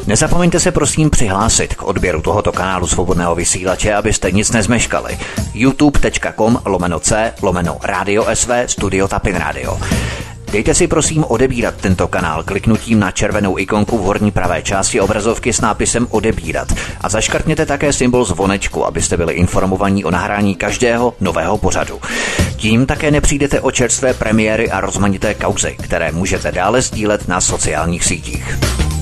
Nezapomeňte se prosím přihlásit k odběru tohoto kanálu Svobodného vysílače, abyste nic nezmeškali. youtube.com/c/Radio SV Studio Tapin Radio. Dejte si prosím odebírat tento kanál kliknutím na červenou ikonku v horní pravé části obrazovky s nápisem odebírat a zaškrtněte také symbol zvonečku, abyste byli informovaní o nahrání každého nového pořadu. Tím také nepřijdete o čerstvé premiéry a rozmanité kauzy, které můžete dále sdílet na sociálních sítích.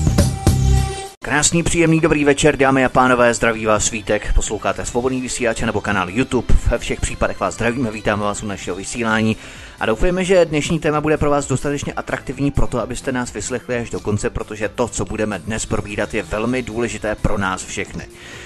Krásný, příjemný, dobrý večer, dámy a pánové, zdraví vás Vítek, posloucháte Svobodný vysílač nebo kanál YouTube. Ve všech případech vás zdravíme, vítáme vás u našeho vysílání a doufujeme, že dnešní téma bude pro vás dostatečně atraktivní pro to, abyste nás vyslechli až do konce, protože to, co budeme dnes probírat, je velmi důležité pro nás všechny.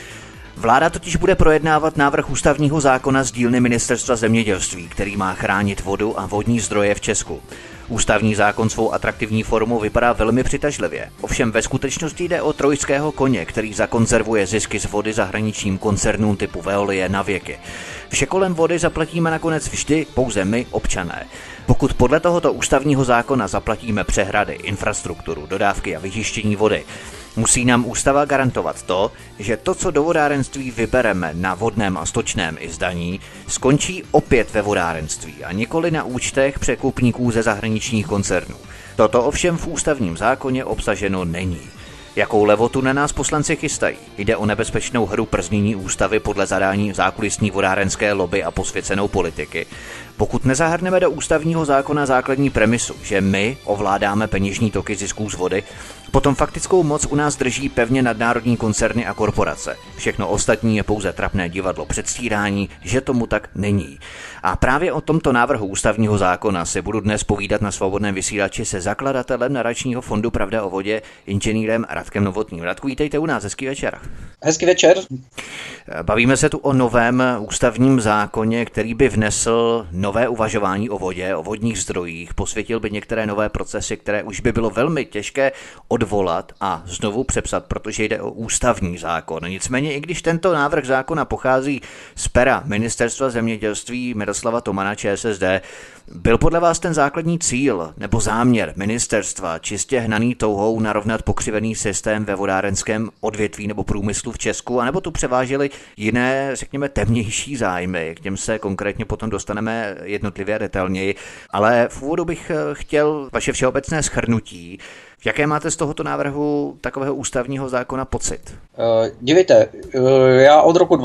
Vláda totiž bude projednávat návrh ústavního zákona z dílny Ministerstva zemědělství, který má chránit vodu a vodní zdroje v Česku. Ústavní zákon svou atraktivní formou vypadá velmi přitažlivě. Ovšem ve skutečnosti jde o trojského koně, který zakonzervuje zisky z vody zahraničním koncernům typu Veolie na věky. Vše kolem vody zaplatíme nakonec vždy pouze my, občané. Pokud podle tohoto ústavního zákona zaplatíme přehrady, infrastrukturu, dodávky a vyčištění vody, musí nám ústava garantovat to, že to, co do vodárenství vybereme na vodném a stočném i zdaní, skončí opět ve vodárenství a nikoli na účtech překupníků ze zahraničních koncernů. Toto ovšem v ústavním zákoně obsaženo není. Jakou levotu na nás poslanci chystají? Jde o nebezpečnou hru prznění ústavy podle zadání zákulisní vodárenské lobby a posvěcenou politiky. Pokud nezahrneme do ústavního zákona základní premisu, že my ovládáme peněžní toky zisků z vody, potom faktickou moc u nás drží pevně nadnárodní koncerny a korporace. Všechno ostatní je pouze trapné divadlo předstírání, že tomu tak není. A právě o tomto návrhu ústavního zákona se budu dnes povídat na Svobodném vysílači se zakladatelem nadačního fondu Pravda o vodě, inženýrem Radkem Novotným. Radku, vítejte u nás, hezký večer. Hezký večer. Bavíme se tu o novém ústavním zákoně, který by vnesl nové uvažování o vodě, o vodních zdrojích, posvětil by některé nové procesy, které už by bylo velmi těžké odvolat a znovu přepsat, protože jde o ústavní zákon. Nicméně, i když tento návrh zákona pochází z pera Ministerstva zemědělství Miroslava Tomana ČSSD, byl podle vás ten základní cíl nebo záměr ministerstva čistě hnaný touhou narovnat pokřivený systém ve vodárenském odvětví nebo průmyslu v Česku, anebo tu převážily jiné, řekněme, temnější zájmy? K těm se konkrétně potom dostaneme jednotlivě a detailněji, ale v úvodu bych chtěl vaše všeobecné shrnutí. Jaké máte z tohoto návrhu takového ústavního zákona pocit? Dívejte, já od roku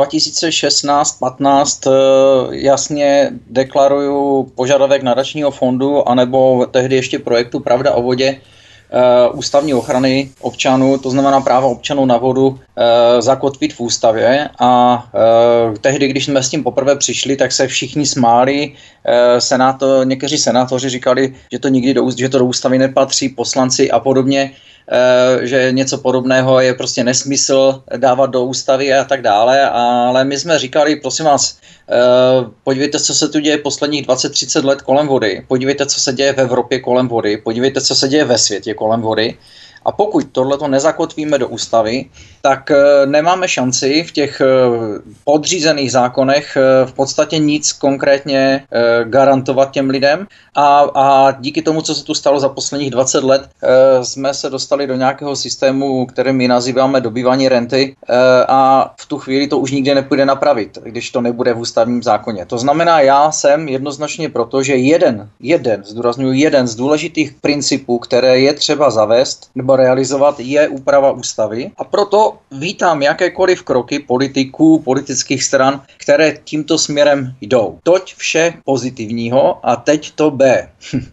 2016-15 jasně deklaruju požadavek nadačního fondu anebo tehdy ještě projektu Pravda o vodě ústavní ochrany občanů, to znamená práva občanů na vodu, zakotvit v ústavě a tehdy, když jsme s tím poprvé přišli, tak se všichni smáli, někteří senátoři říkali, že to nikdy že to do ústavy nepatří, poslanci a podobně, že něco podobného je prostě nesmysl dávat do ústavy a tak dále, ale my jsme říkali, prosím vás, podívejte, co se tu děje posledních 20-30 let kolem vody, podívejte, co se děje v Evropě kolem vody, podívejte, co se děje ve světě kolem vody. A pokud tohleto nezakotvíme do ústavy, tak nemáme šanci v těch podřízených zákonech v podstatě nic konkrétně garantovat těm lidem. A díky tomu, co se tu stalo za posledních 20 let, jsme se dostali do nějakého systému, který my nazýváme dobývání renty a v tu chvíli to už nikdy nepůjde napravit, když to nebude v ústavním zákoně. To znamená, já jsem jednoznačně proto, že zdůrazňuji jeden z důležitých principů, které je třeba zavést nebo realizovat, je úprava ústavy a proto vítám jakékoliv kroky politiků, politických stran, které tímto směrem jdou. Toť vše pozitivního a teď to B.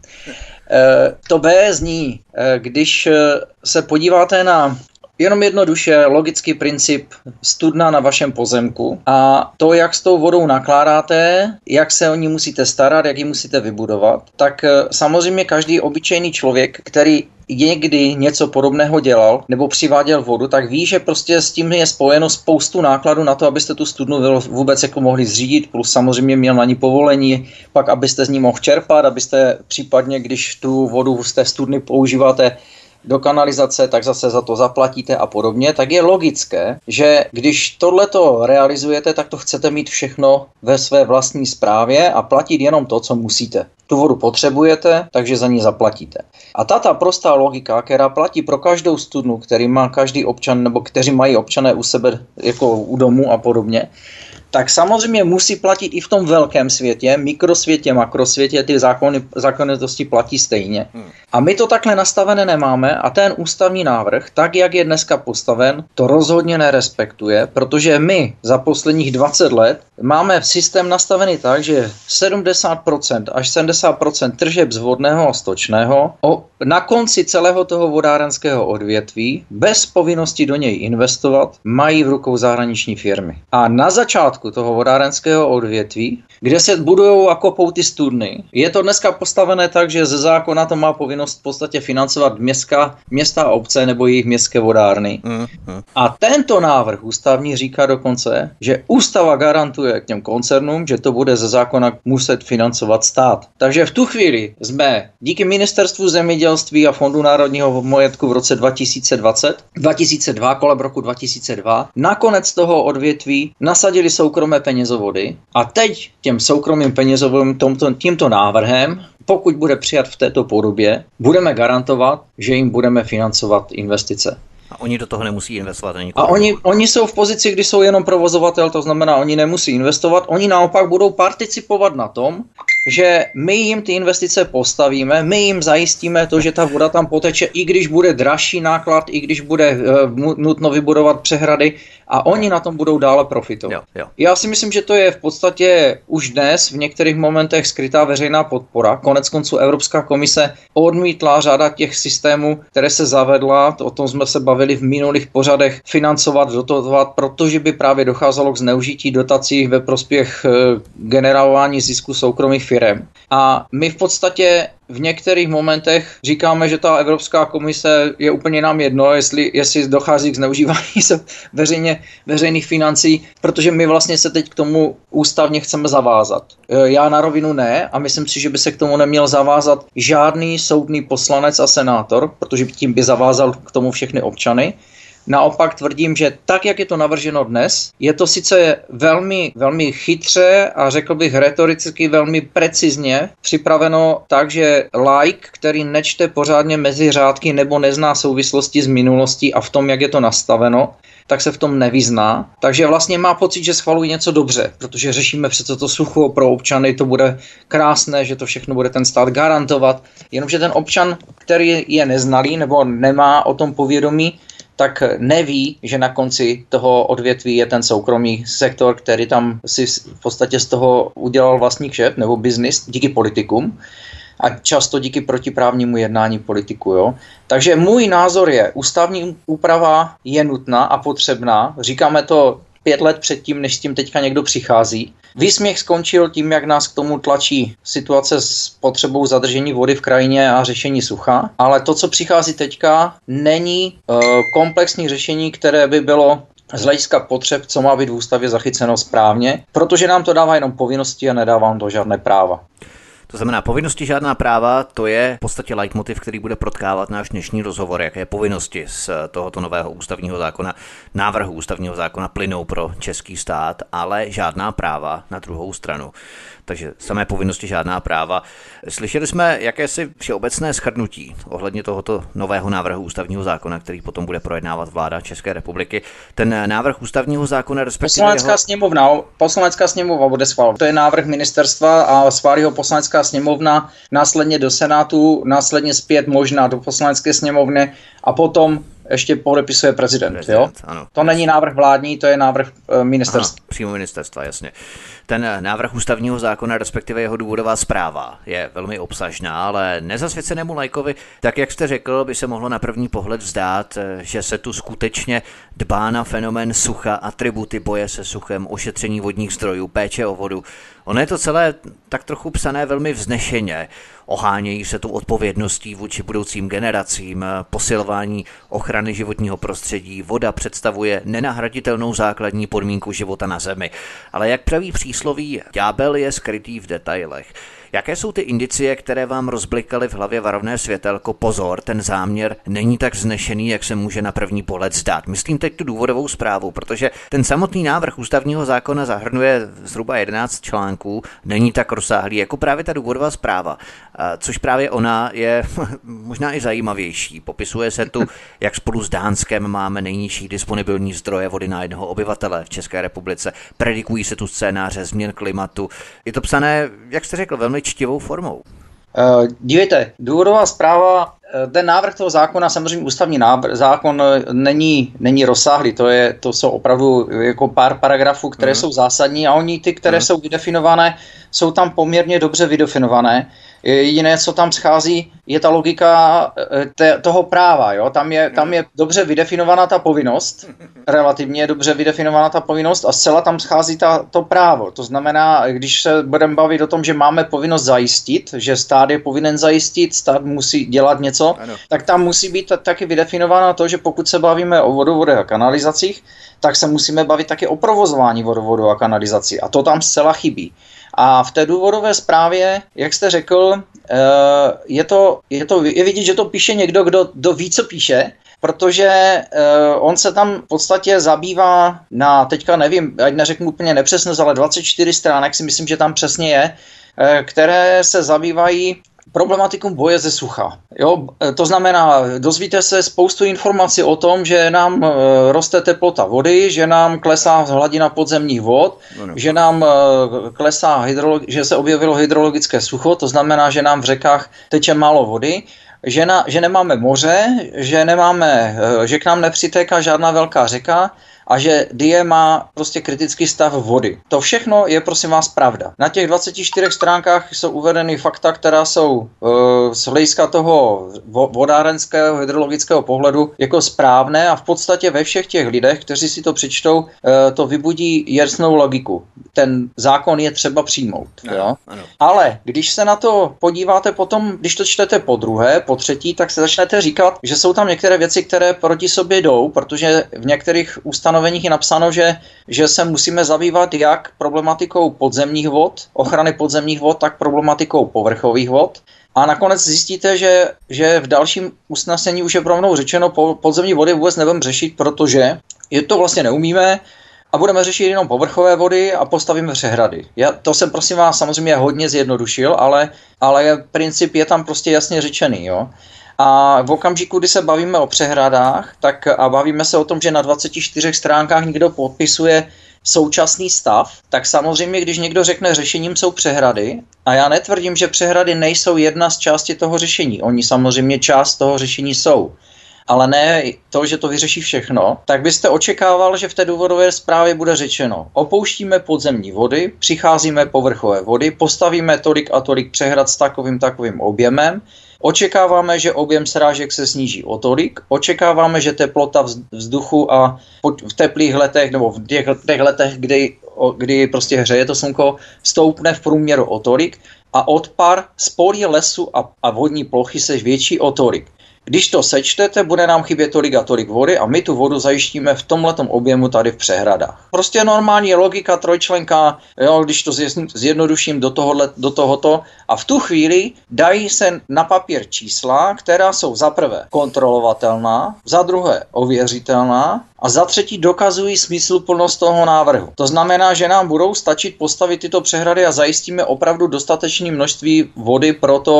To B zní, když se podíváte na jenom jednoduše logický princip studna na vašem pozemku a to, jak s tou vodou nakládáte, jak se o ní musíte starat, jak ji musíte vybudovat, tak samozřejmě každý obyčejný člověk, který někdy něco podobného dělal nebo přiváděl vodu, tak ví, že prostě s tím je spojeno spoustu nákladů na to, abyste tu studnu vůbec jako mohli zřídit, plus samozřejmě měl na ní povolení, pak abyste z ní mohl čerpat, abyste případně, když tu vodu z té studny používáte do kanalizace, tak zase za to zaplatíte a podobně, tak je logické, že když tohleto realizujete, tak to chcete mít všechno ve své vlastní správě a platit jenom to, co musíte. Tu vodu potřebujete, takže za ní zaplatíte. A ta prostá logika, která platí pro každou studnu, který má každý občan, nebo kteří mají občané u sebe, jako u domu a podobně, tak samozřejmě musí platit i v tom velkém světě, mikrosvětě, makrosvětě, ty zákonitosti platí stejně. A my to takhle nastavené nemáme a ten ústavní návrh, tak jak je dneska postaven, to rozhodně nerespektuje, protože my za posledních 20 let máme systém nastavený tak, že 70% až 70% tržeb z vodného a stočného na konci celého toho vodárenského odvětví bez povinnosti do něj investovat mají v rukou zahraniční firmy. A na začátku toho vodárenského odvětví, kde se budujou a kopou ty studny. Je to dneska postavené tak, že ze zákona to má povinnost v podstatě financovat města a obce nebo jejich městské vodárny. A tento návrh ústavní říká dokonce, že ústava garantuje k těm koncernům, že to bude ze zákona muset financovat stát. Takže v tu chvíli jsme díky Ministerstvu zemědělství a Fondu národního majetku v roce 2002, kolem roku 2002, nakonec toho odvětví nasadili soukromé penězovody a teď těm soukromým penězovým tímto návrhem, pokud bude přijat v této podobě, budeme garantovat, že jim budeme financovat investice. A oni do toho nemusí investovat. A oni jsou v pozici, kdy jsou jenom provozovatel, to znamená, oni nemusí investovat, oni naopak budou participovat na tom, že my jim ty investice postavíme, my jim zajistíme to, že ta voda tam poteče, i když bude dražší náklad, i když bude nutno vybudovat přehrady a oni na tom budou dále profitovat. Jo. Já si myslím, že to je v podstatě už dnes v některých momentech skrytá veřejná podpora. Koneckonců Evropská komise odmítla řada těch systémů, které se zavedla, o tom jsme se bavili v minulých pořadech, financovat, dotovat, protože by právě docházelo k zneužití dotací ve prospěch generování zisku soukromých firem. A my v podstatě v některých momentech říkáme, že ta Evropská komise je úplně nám jedno, jestli dochází k zneužívání veřejných financí, protože my vlastně se teď k tomu ústavně chceme zavázat. Já na rovinu ne a myslím si, že by se k tomu neměl zavázat žádný soudný poslanec a senátor, protože tím by zavázal k tomu všechny občany. Naopak tvrdím, že tak, jak je to navrženo dnes, je to sice velmi, velmi chytře a řekl bych retoricky velmi precizně připraveno tak, že laik, který nečte pořádně mezi řádky nebo nezná souvislosti z minulostí a v tom, jak je to nastaveno, tak se v tom nevyzná. Takže vlastně má pocit, že schvalují něco dobře, protože řešíme přece to sucho pro občany, to bude krásné, že to všechno bude ten stát garantovat. Jenomže ten občan, který je neznalý nebo nemá o tom povědomí, tak neví, že na konci toho odvětví je ten soukromý sektor, který tam si v podstatě z toho udělal vlastní kšeft nebo biznis díky politikům a často díky protiprávnímu jednání politiků. Jo? Takže můj názor je, ústavní úprava je nutná a potřebná. Říkáme to 5 let předtím, než s tím teďka někdo přichází. Výsměch skončil tím, jak nás k tomu tlačí situace s potřebou zadržení vody v krajině a řešení sucha, ale to, co přichází teďka, není komplexní řešení, které by bylo z hlediska potřeb, co má být v ústavě zachyceno správně, protože nám to dává jenom povinnosti a nedává nám to žádné práva. To znamená, povinnosti žádná práva, to je v podstatě leitmotiv, který bude protkávat náš dnešní rozhovor, jaké povinnosti z tohoto nového ústavního zákona, návrhu ústavního zákona plynou pro český stát, ale žádná práva na druhou stranu. Takže samé povinnosti, žádná práva. Slyšeli jsme jakési všeobecné shrnutí ohledně tohoto nového návrhu ústavního zákona, který potom bude projednávat vláda České republiky. Ten návrh ústavního zákona, respektive Poslanecká sněmovna bude schvalovat. To je návrh ministerstva a schválí ho Poslanecká sněmovna, následně do Senátu, následně zpět možná do Poslanecké sněmovny a potom ještě podepisuje prezident, jo? Ano. To není návrh vládní, to je návrh ministerstva. Aha, přímo ministerstva, jasně. Ten návrh ústavního zákona, respektive jeho důvodová zpráva, je velmi obsažná, ale nezasvěcenému laikovi, tak jak jste řekl, by se mohlo na první pohled vzdát, že se tu skutečně dbá na fenomén sucha, atributy boje se suchem, ošetření vodních zdrojů, péče o vodu. Ono je to celé tak trochu psané velmi vznešeně. Ohánějí se tu odpovědností vůči budoucím generacím, posilování ochrany životního prostředí. Voda představuje nenahraditelnou základní podmínku života na zemi. Ale jak praví přísloví, ďábel je skrytý v detailech. Jaké jsou ty indicie, které vám rozblikaly v hlavě varovné světelko? Pozor, ten záměr není tak vznešený, jak se může na první pohled zdát. Myslím teď tu důvodovou zprávu, protože ten samotný návrh ústavního zákona zahrnuje zhruba 11 článků, není tak rozsáhlý jako právě ta důvodová zpráva, což právě ona je možná i zajímavější. Popisuje se tu, jak spolu s Dánskem máme nejnižší disponibilní zdroje vody na jednoho obyvatele v České republice. Predikují se tu scénáře změn klimatu. Je to psané, jak jste řekl, velmi čtivou formou. Dívejte, důvodová zpráva, ten návrh toho zákona, samozřejmě ústavní zákon není rozsáhlý, to jsou opravdu jako pár paragrafů, které jsou zásadní a oni ty, které jsou vydefinované, jsou tam poměrně dobře vydefinované. Jediné, co tam schází, je ta logika toho práva. Jo? Tam je dobře vydefinovaná ta povinnost, relativně dobře vydefinovaná ta povinnost a zcela tam schází to právo. To znamená, když se budeme bavit o tom, že máme povinnost zajistit, že stát je povinen zajistit, stát musí dělat něco, tak tam musí být taky vydefinováno to, že pokud se bavíme o vodovodech a kanalizacích, tak se musíme bavit taky o provozování vodovodu a kanalizací. A to tam zcela chybí. A v té důvodové zprávě, jak jste řekl, je vidět, že to píše někdo, kdo ví, co píše, protože on se tam v podstatě zabývá teďka nevím, ať neřeknu úplně nepřesnost, ale 24 stránek si myslím, že tam přesně je, které se zabývají problematikum boje ze sucha. Jo? To znamená, dozvíte se spoustu informací o tom, že nám roste teplota vody, že nám klesá hladina podzemních vod, že nám klesá že se objevilo hydrologické sucho, to znamená, že nám v řekách teče málo vody, že nemáme moře, že k nám nepřitéká žádná velká řeka a že DIE má prostě kritický stav vody. To všechno je prosím vás pravda. Na těch 24 stránkách jsou uvedeny fakta, která jsou z hlediska toho vodárenského hydrologického pohledu jako správné a v podstatě ve všech těch lidech, kteří si to přečtou, to vybudí jasnou logiku. Ten zákon je třeba přijmout. Jo? Ale když se na to podíváte potom, když to čtete po druhé, po třetí, tak se začnete říkat, že jsou tam některé věci, které proti sobě jdou, protože v některých ustanoveních je napsáno, že se musíme zabývat jak problematikou podzemních vod, ochrany podzemních vod, tak problematikou povrchových vod. A nakonec zjistíte, že v dalším usnesení už je rovnou řečeno, podzemní vody vůbec nebudeme řešit, protože to vlastně neumíme a budeme řešit jenom povrchové vody a postavíme přehrady. To jsem prosím vás samozřejmě hodně zjednodušil, ale princip je tam prostě jasně řečený. Jo? A v okamžiku, kdy se bavíme o přehradách, a bavíme se o tom, že na 24 stránkách někdo podpisuje současný stav, tak samozřejmě, když někdo řekne řešením jsou přehrady, a já netvrdím, že přehrady nejsou jedna z části toho řešení, oni samozřejmě část toho řešení jsou, ale ne to, že to vyřeší všechno, tak byste očekával, že v té důvodové zprávě bude řečeno, opouštíme podzemní vody, přicházíme povrchové vody, postavíme tolik a tolik přehrad s takovým objemem, očekáváme, že objem srážek se sníží o tolik, očekáváme, že teplota vzduchu a v teplých letech nebo v těch letech, kdy prostě hřeje to slunko, stoupne v průměru o tolik a odpar z polí, lesu a vodní plochy se zvětší o tolik. Když to sečtete, bude nám chybět tolik a tolik vody a my tu vodu zajištíme v tomhletom objemu tady v přehradách. Prostě normální logika trojčlenka, jo, když to zjednoduším do tohoto a v tu chvíli dají se na papír čísla, která jsou za prvé kontrolovatelná, za druhé ověřitelná a za třetí dokazují smysluplnost toho návrhu. To znamená, že nám budou stačit postavit tyto přehrady a zajistíme opravdu dostatečné množství vody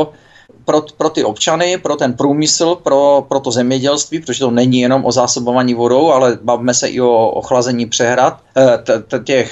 pro ty občany, pro ten průmysl, pro to zemědělství, protože to není jenom o zásobování vodou, ale bavíme se i o ochlazení přehrad, těch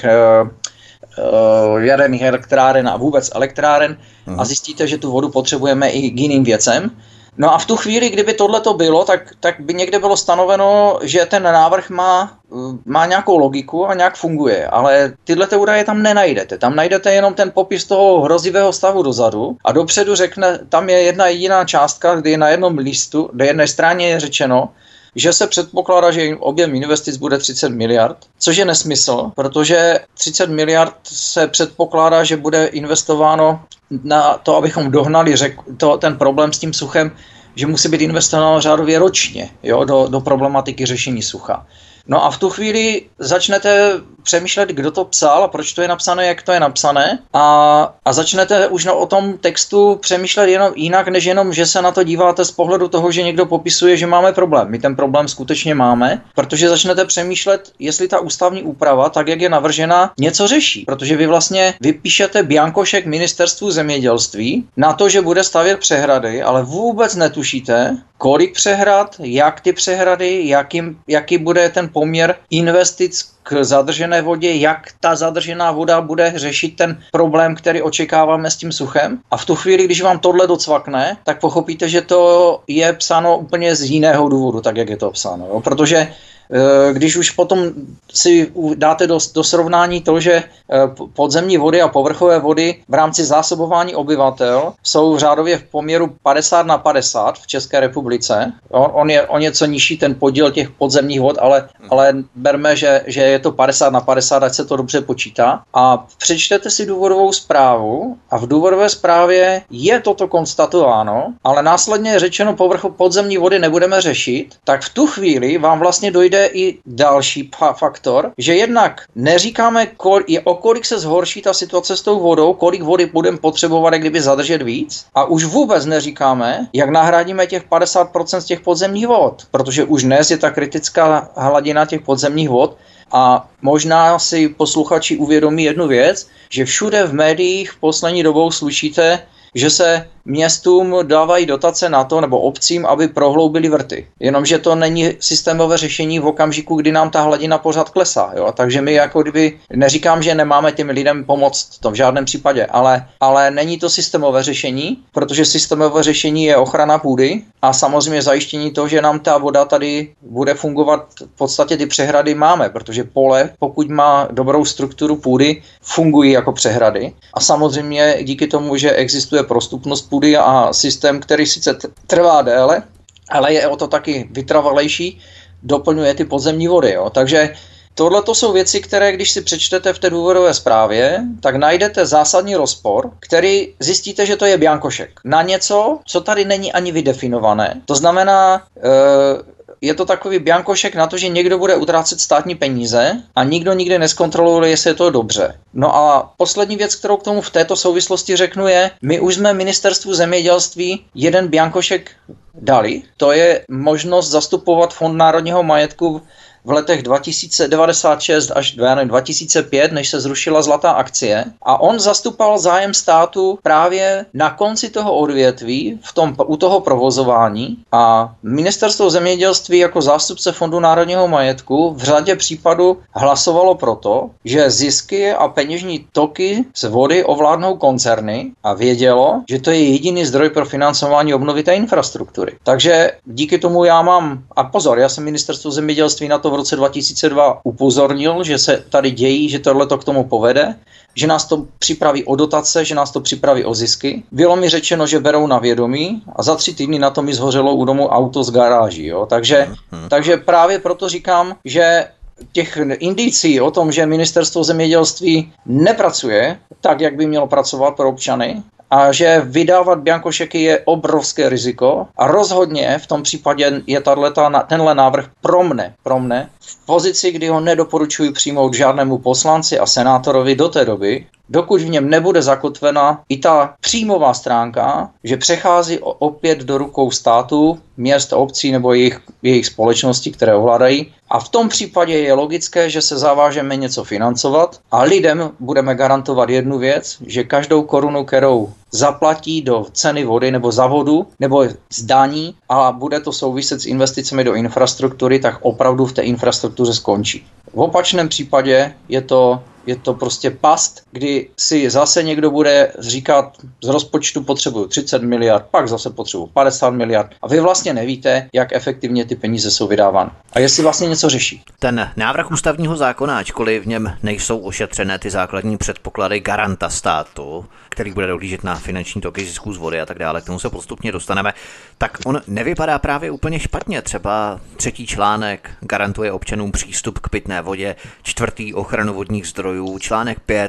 jaderných elektráren a vůbec elektráren a zjistíte, že tu vodu potřebujeme i k jiným věcem. No a v tu chvíli, kdyby tohle to bylo, tak by někde bylo stanoveno, že ten návrh má nějakou logiku a nějak funguje, ale tyhle údaje tam nenajdete. Tam najdete jenom ten popis toho hrozivého stavu dozadu a dopředu tam je jedna jediná částka, kdy na jednom listu, na jedné straně je řečeno, že se předpokládá, že objem investic bude 30 miliard, což je nesmysl, protože 30 miliard se předpokládá, že bude investováno na to, abychom dohnali ten problém s tím suchem, že musí být investováno řádově ročně, jo, do problematiky řešení sucha. No a v tu chvíli začnete přemýšlet, kdo to psal a proč to je napsané, jak to je napsané a začnete už o tom textu přemýšlet jenom jinak, než jenom, že se na to díváte z pohledu toho, že někdo popisuje, že máme problém. My ten problém skutečně máme, protože začnete přemýšlet, jestli ta ústavní úprava, tak jak je navržena, něco řeší. Protože vy vlastně vypíšete biankošek ministerstvu zemědělství na to, že bude stavět přehrady, ale vůbec netušíte, kolik přehrad, jak ty přehrady, jaký bude ten poměr investic k zadržené vodě, jak ta zadržená voda bude řešit ten problém, který očekáváme s tím suchem. A v tu chvíli, když vám tohle docvakne, tak pochopíte, že to je psáno úplně z jiného důvodu, tak jak je to psáno. Jo? Protože když už potom si dáte do srovnání to, že podzemní vody a povrchové vody v rámci zásobování obyvatel jsou řádově v poměru 50/50 v České republice. On je o něco nižší ten podíl těch podzemních vod, ale berme, že je to 50/50, ať se to dobře počítá. A přečtete si důvodovou zprávu a v důvodové zprávě je toto konstatováno, ale následně je řečeno podzemní vody nebudeme řešit, tak v tu chvíli vám vlastně dojde i další faktor, že jednak neříkáme, o kolik se zhorší ta situace s tou vodou, kolik vody budeme potřebovat, jak kdyby zadržet víc, a už vůbec neříkáme, jak nahradíme těch 50% z těch podzemních vod, protože už dnes je ta kritická hladina těch podzemních vod. A možná si posluchači uvědomí jednu věc, že všude v médiích v poslední dobou slyšíte, že se městům dávají dotace na to, nebo obcím, aby prohloubili vrty. Jenomže to není systémové řešení v okamžiku, kdy nám ta hladina pořád klesá. Jo? Takže my jako kdyby, neříkám, že nemáme těm lidem pomoct, to v žádném případě, ale není to systémové řešení, protože systémové řešení je ochrana půdy a samozřejmě zajištění toho, že nám ta voda tady bude fungovat, v podstatě ty přehrady máme, protože pole, pokud má dobrou strukturu půdy, fungují jako přehrady. A samozřejmě díky tomu, že existuje prostupnost půdy a systém, který sice trvá déle, ale je o to taky vytrvalejší, doplňuje ty podzemní vody. Jo. Takže tohle to jsou věci, které když si přečtete v té důvodové zprávě, tak najdete zásadní rozpor, který zjistíte, že to je biankošek na něco, co tady není ani vydefinované. To znamená, je to takový biankošek na to, že někdo bude utrácet státní peníze a nikdo nikdy neskontroluje, jestli je to dobře. No a poslední věc, kterou k tomu v této souvislosti řeknu je, my už jsme ministerstvu zemědělství jeden biankošek dali, to je možnost zastupovat Fond národního majetku v letech 2096 až 2005, než se zrušila zlatá akcie. A on zastupoval zájem státu právě na konci toho odvětví, u toho provozování. A ministerstvo zemědělství jako zástupce Fondu národního majetku v řadě případů hlasovalo proto, že zisky a peněžní toky z vody ovládnou koncerny a vědělo, že to je jediný zdroj pro financování obnovité infrastruktury. Takže díky tomu já jsem ministerstvo zemědělství na to v roce 2002 upozornil, že se tady dějí, že tohleto k tomu povede, že nás to připraví o dotace, že nás to připraví o zisky. Bylo mi řečeno, že berou na vědomí a za 3 týdny na to mi zhořelo u domu auto z garáží. Jo? Takže právě proto říkám, že těch indicí o tom, že ministerstvo zemědělství nepracuje tak, jak by mělo pracovat pro občany, a že vydávat biankošeky je obrovské riziko a rozhodně v tom případě je tenhle návrh pro mne v pozici, kdy ho nedoporučuji přijmout žádnému poslanci a senátorovi do té doby, dokud v něm nebude zakotvena i ta příjmová stránka, že přechází opět do rukou státu, měst, obcí nebo jejich společností, které ovládají. A v tom případě je logické, že se zavážeme něco financovat a lidem budeme garantovat jednu věc, že každou korunu, kterou zaplatí do ceny vody nebo za vodu nebo zdání a bude to souviset s investicemi do infrastruktury, tak opravdu v té infrastruktuře skončí. V opačném případě je to prostě past, kdy si zase někdo bude říkat, z rozpočtu potřebuju 30 miliard, pak zase potřebuju 50 miliard a vy vlastně nevíte, jak efektivně ty peníze jsou vydávány. A jestli vlastně něco řeší. Ten návrh ústavního zákona, ačkoliv v něm nejsou ošetřené ty základní předpoklady garanta státu, který bude dohlížet na finanční toky zisků z vody a tak dále, k tomu se postupně dostaneme, tak on nevypadá právě úplně špatně. Třeba 3. článek garantuje občanům přístup k pitné vodě, 4. ochranu vodních zdrojů, článek 5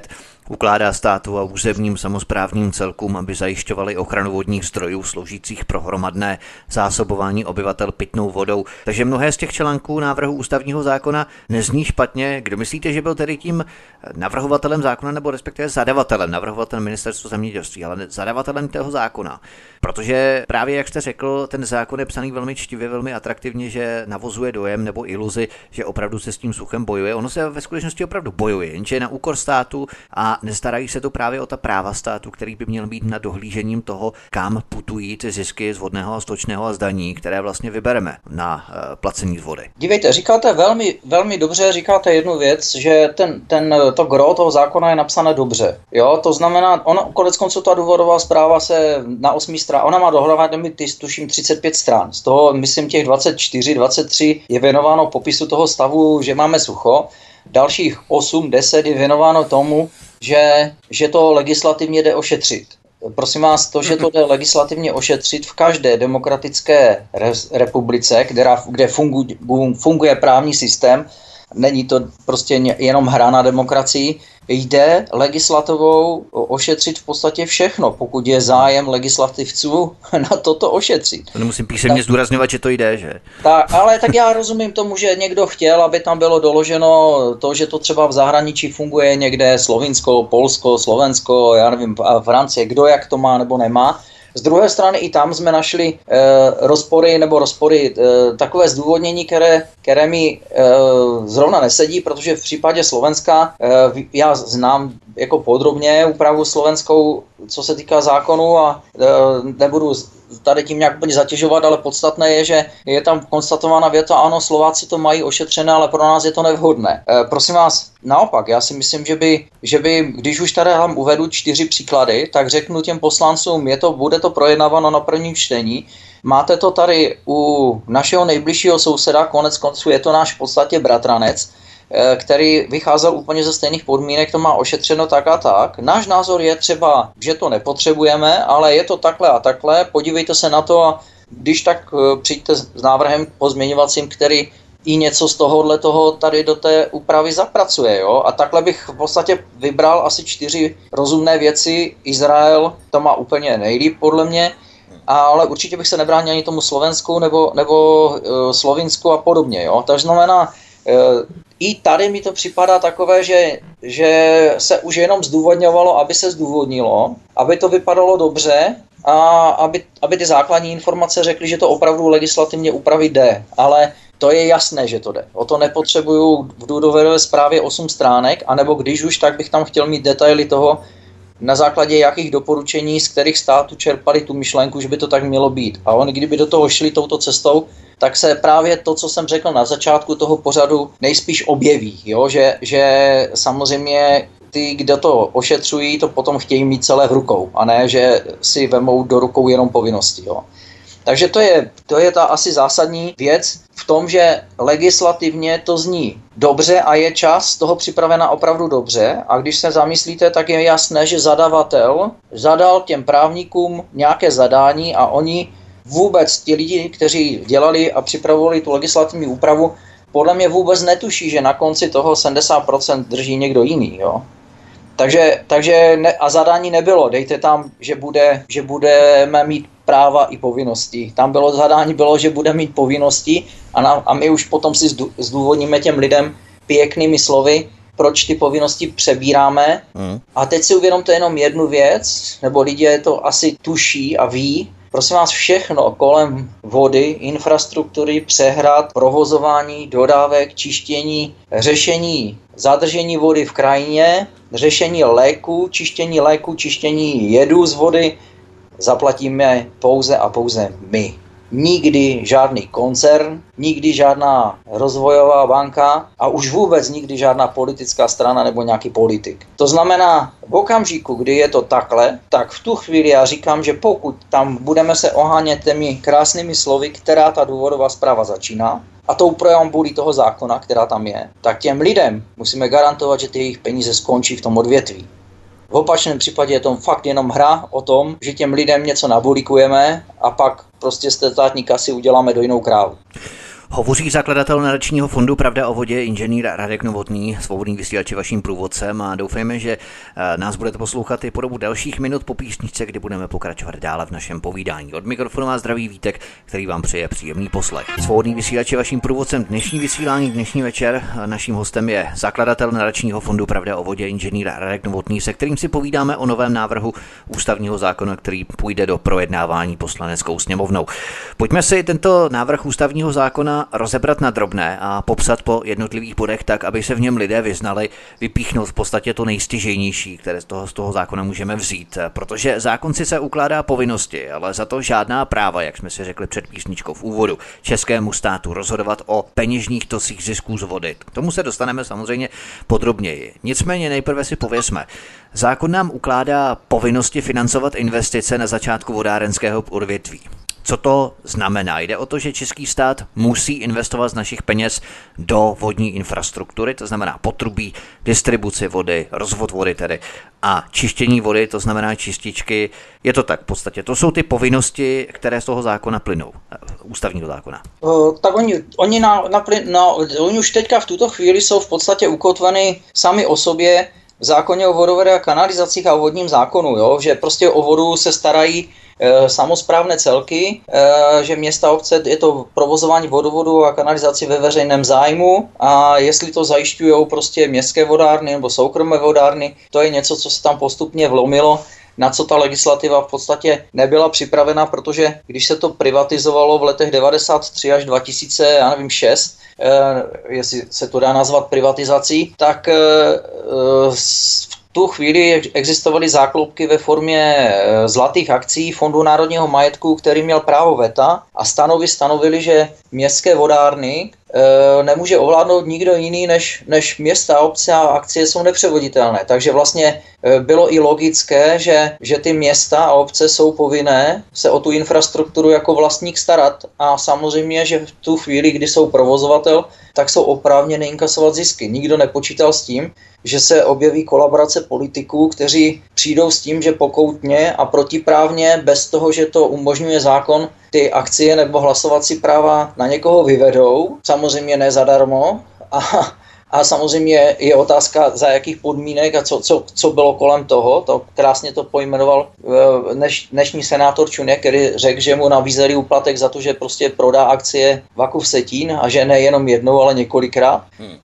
Ukládá státu a územním samosprávním celkům, aby zajišťovali ochranu vodních zdrojů sloužících pro hromadné zásobování obyvatel pitnou vodou. Takže mnohé z těch článků návrhu ústavního zákona nezní špatně. Kdo myslíte, že byl tedy tím navrhovatelem zákona, nebo respektive zadavatelem, navrhovatelem Ministerstva zemědělství, ale zadavatelem toho zákona? Protože právě, jak jste řekl, ten zákon je psaný velmi čtivě, velmi atraktivně, že navozuje dojem nebo iluzi, že opravdu se s tím suchem bojuje. Ono se ve skutečnosti opravdu bojuje, jenže na úkor státu a nestarají se to právě o ta práva státu, který by měl být nad dohlížením toho, kam putují ty zisky z vodného a stočného a z daní, které vlastně vybereme na placení z vody. Dívejte, říkáte velmi dobře, říkáte jednu věc, že to gro toho zákona je napsané dobře. Jo, to znamená, koneckonců ta důvodová zpráva se na 8 stran, ona má dohromady tuším 35 stran. Z toho, myslím, těch 24, 23 je věnováno popisu toho stavu, že máme sucho. Dalších 8, 10 je věnováno tomu, že to legislativně jde ošetřit. Prosím vás, to, že to jde legislativně ošetřit v každé demokratické republice, kde funguje právní systém, není to prostě jenom hra na demokracii, jde legislativou ošetřit v podstatě všechno, pokud je zájem legislativců na toto ošetřit. To nemusím písemně zdůrazňovat, že to jde, že? Ale tak já rozumím tomu, že někdo chtěl, aby tam bylo doloženo to, že to třeba v zahraničí funguje někde Slovinsko, Polsko, Slovensko, já nevím, Francie, kdo jak to má nebo nemá. Z druhé strany i tam jsme našli rozpory, takové zdůvodnění, které mi zrovna nesedí, protože v případě Slovenska já znám jako podrobně úpravu slovenskou, co se týká zákonu a nebudu tady tím nějak úplně zatěžovat, ale podstatné je, že je tam konstatována věta, ano, Slováci to mají ošetřené, ale pro nás je to nevhodné. Prosím vás, naopak, já si myslím, že by když už tady vám uvedu 4 příklady, tak řeknu těm poslancům, bude to projednáváno na prvním čtení, máte to tady u našeho nejbližšího souseda, konec konců je to náš v podstatě bratranec, který vycházel úplně ze stejných podmínek, to má ošetřeno tak a tak. Náš názor je třeba, že to nepotřebujeme, ale je to takhle a takhle, podívejte se na to a když tak přijďte s návrhem pozměňovacím, který i něco z toho tady do té úpravy zapracuje. Jo? A takhle bych v podstatě vybral asi 4 rozumné věci. Izrael to má úplně nejlíp podle mě, ale určitě bych se nebránil ani tomu Slovensku nebo Slovinsku a podobně. Jo? Takže znamená, i tady mi to připadá takové, že se už jenom zdůvodňovalo, aby se zdůvodnilo, aby to vypadalo dobře a aby ty základní informace řekly, že to opravdu legislativně upravit jde. Ale to je jasné, že to jde. O to nepotřebuju v důvodové zprávě 8 stránek, anebo když už, tak bych tam chtěl mít detaily toho, na základě jakých doporučení, z kterých států čerpali tu myšlenku, že by to tak mělo být. A oni, kdyby do toho šli touto cestou, tak se právě to, co jsem řekl na začátku toho pořadu, nejspíš objeví. Jo? Že samozřejmě ty, kdo to ošetřují, to potom chtějí mít celé v rukou, a ne, že si vemou do rukou jenom povinnosti. Jo? Takže to je ta asi zásadní věc v tom, že legislativně to zní dobře a je čas toho připravena opravdu dobře. A když se zamyslíte, tak je jasné, že zadavatel zadal těm právníkům nějaké zadání a oni vůbec ti lidi, kteří dělali a připravovali tu legislativní úpravu, podle mě vůbec netuší, že na konci toho 70% drží někdo jiný. Jo? Takže a zadání nebylo, dejte tam, že budeme mít práva i povinnosti. Tam zadání bylo, že bude mít povinnosti a my už potom si zdůvodníme těm lidem pěknými slovy, proč ty povinnosti přebíráme. A teď si uvědomte jenom jednu věc, nebo lidé to asi tuší a ví. Prosím vás, všechno kolem vody, infrastruktury, přehrad, provozování, dodávek, čištění, řešení zadržení vody v krajině, řešení léku, čištění jedu z vody, zaplatíme pouze a pouze my. Nikdy žádný koncern, nikdy žádná rozvojová banka a už vůbec nikdy žádná politická strana nebo nějaký politik. To znamená, v okamžiku, kdy je to takhle, tak v tu chvíli já říkám, že pokud tam budeme se ohánět těmi krásnými slovy, která ta důvodová zpráva začíná, a tou preambulí toho zákona, která tam je, tak těm lidem musíme garantovat, že ty jejich peníze skončí v tom odvětví. V opačném případě je to fakt jenom hra o tom, že těm lidem něco nabulikujeme a pak prostě z té státní kasy uděláme dojnou krávu. Hovoří zakladatel nadačního fondu Pravda o vodě, inženýr Radek Novotný, svobodný vysílač vaším průvodcem, a doufejme, že nás budete poslouchat i po dobu dalších minut po písničce, kdy budeme pokračovat dále v našem povídání. Od mikrofonu vás zdraví Vítek, který vám přeje příjemný poslech. Svobodný vysílač vaším průvodcem dnešní vysílání, dnešní večer. Naším hostem je zakladatel nadačního fondu Pravda o vodě, inženýr Radek Novotný, se kterým si povídáme o novém návrhu ústavního zákona, který půjde do projednávání Poslaneckou sněmovnou. Pojďme si tento návrh ústavního zákona rozebrat na drobné a popsat po jednotlivých bodech tak, aby se v něm lidé vyznali, vypíchnout v podstatě to nejstěžejnější, které z toho zákona můžeme vzít. Protože zákon sice ukládá povinnosti, ale za to žádná práva, jak jsme si řekli před písničkou v úvodu, českému státu rozhodovat o peněžních tocích zisků z vody. K tomu se dostaneme samozřejmě podrobněji. Nicméně nejprve si pověsme. Zákon nám ukládá povinnosti financovat investice na začátku vodárenského odvětví. Co to znamená? Jde o to, že český stát musí investovat z našich peněz do vodní infrastruktury, to znamená potrubí, distribuci vody, rozvod vody tedy a čištění vody, to znamená čističky. Je to tak v podstatě. To jsou ty povinnosti, které z toho zákona plynou, ústavního zákona. Tak oni už teďka v tuto chvíli jsou v podstatě ukotveny sami o sobě v zákoně o vodovodech a kanalizacích a o vodním zákonu, jo? Že prostě o vodu se starají samosprávné celky, že města, obce, je to provozování vodovodu a kanalizaci ve veřejném zájmu, a jestli to zajišťují prostě městské vodárny nebo soukromé vodárny, to je něco, co se tam postupně vlomilo, na co ta legislativa v podstatě nebyla připravena, protože když se to privatizovalo v letech 93 až 2006, jestli se to dá nazvat privatizací, tak v tu chvíli existovaly záklopky ve formě zlatých akcí Fondu národního majetku, který měl právo veta, a stanovili, že městské vodárny nemůže ovládnout nikdo jiný než města, obce, a akcie jsou nepřevoditelné. Takže vlastně bylo i logické, že ty města a obce jsou povinné se o tu infrastrukturu jako vlastník starat, a samozřejmě, že v tu chvíli, kdy jsou provozovatel, tak jsou oprávněni inkasovat zisky. Nikdo nepočítal s tím, že se objeví kolaborace politiků, kteří přijdou s tím, že pokoutně a protiprávně, bez toho, že to umožňuje zákon, ty akcie nebo hlasovací práva na někoho vyvedou, samozřejmě ne zadarmo, a samozřejmě je otázka, za jakých podmínek a co bylo kolem toho. To krásně to pojmenoval dnešní senátor Čunek, který řekl, že mu nabízeli úplatek za to, že prostě prodá akcie Vakuf Vsetín, a že ne jenom jednou, ale několikrát.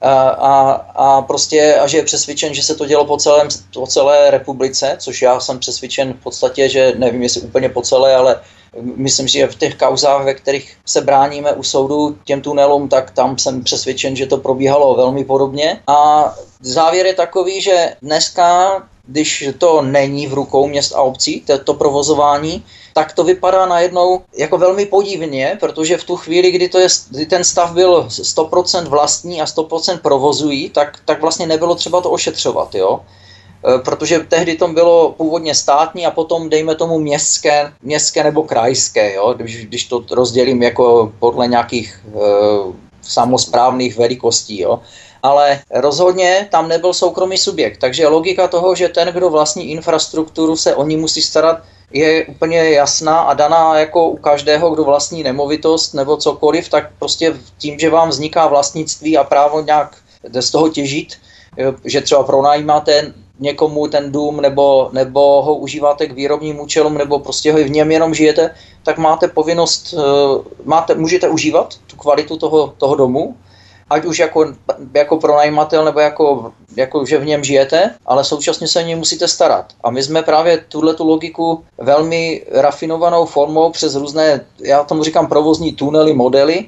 A že je přesvědčen, že se to dělo po celé republice, což já jsem přesvědčen v podstatě, že nevím, jestli úplně po celé, ale myslím si, že v těch kauzách, ve kterých se bráníme u soudu těm tunelům, tak tam jsem přesvědčen, že to probíhalo velmi podobně. A závěr je takový, že dneska, když to není v rukou měst a obcí, to provozování, tak to vypadá najednou jako velmi podivně, protože v tu chvíli, kdy ten stav byl 100% vlastní a 100% provozují, tak vlastně nebylo třeba to ošetřovat, jo. Protože tehdy to bylo původně státní a potom dejme tomu městské nebo krajské, jo? Když to rozdělím jako podle nějakých samosprávných velikostí. Jo? Ale rozhodně tam nebyl soukromý subjekt, takže logika toho, že ten, kdo vlastní infrastrukturu, se o ní musí starat, je úplně jasná a daná jako u každého, kdo vlastní nemovitost nebo cokoliv, tak prostě tím, že vám vzniká vlastnictví a právo nějak z toho těžit, že třeba pronajímáte někomu ten dům nebo ho užíváte k výrobním účelům nebo prostě ho v něm jenom žijete, tak máte povinnost, můžete užívat tu kvalitu toho domu, ať už jako pronajímatel nebo jako že v něm žijete, ale současně se o něj musíte starat. A my jsme právě tuhletu logiku velmi rafinovanou formou přes různé, já tomu říkám provozní tunely, modely,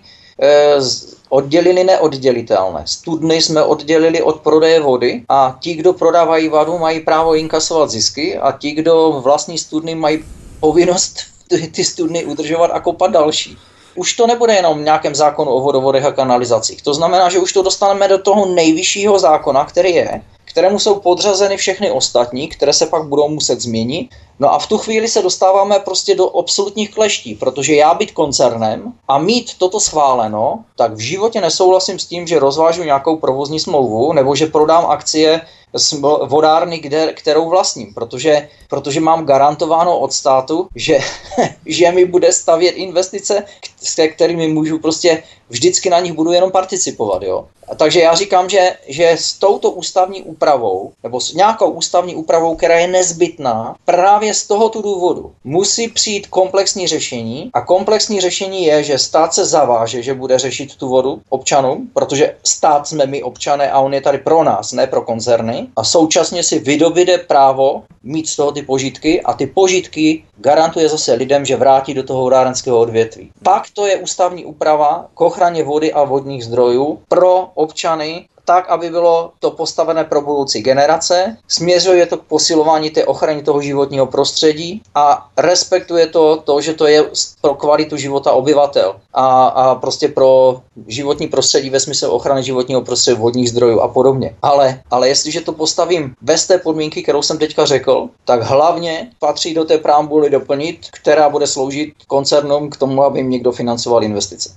oddělili neoddělitelné. Studny jsme oddělili od prodeje vody a ti, kdo prodávají vodu, mají právo inkasovat zisky a ti, kdo vlastní studny, mají povinnost ty studny udržovat a kopat další. Už to nebude jenom v nějakém zákonu o vodovodech a kanalizacích. To znamená, že už to dostaneme do toho nejvyššího zákona, který je, kterému jsou podřazeny všechny ostatní, které se pak budou muset změnit. No a v tu chvíli se dostáváme prostě do absolutních kleští, protože já být koncernem a mít toto schváleno, tak v životě nesouhlasím s tím, že rozvážu nějakou provozní smlouvu nebo že prodám akcie z vodárny, kterou vlastním, protože mám garantováno od státu, že mi bude stavět investice, se kterými můžu prostě vždycky na nich budu jenom participovat, jo. A takže já říkám, že s touto ústavní úpravou, nebo s nějakou ústavní úpravou, která je nezbytná, právě z tohoto důvodu musí přijít komplexní řešení a komplexní řešení je, že stát se zaváže, že bude řešit tu vodu občanům, protože stát jsme my občané a on je tady pro nás, ne pro koncerny a současně si vydobyde právo mít z toho ty požitky a ty požitky garantuje zase lidem, že vrátí do toho vodárenského odvětví. Pak to je ústavní úprava k ochraně vody a vodních zdrojů pro občany, tak, aby bylo to postavené pro budoucí generace, směřuje to k posilování té ochrany toho životního prostředí a respektuje to, že to je pro kvalitu života obyvatel a prostě pro životní prostředí ve smyslu ochrany životního prostředí, vodních zdrojů a podobně. Ale jestliže to postavím bez té podmínky, kterou jsem teďka řekl, tak hlavně patří do té preambuly doplnit, která bude sloužit koncernům k tomu, aby jim někdo financoval investice.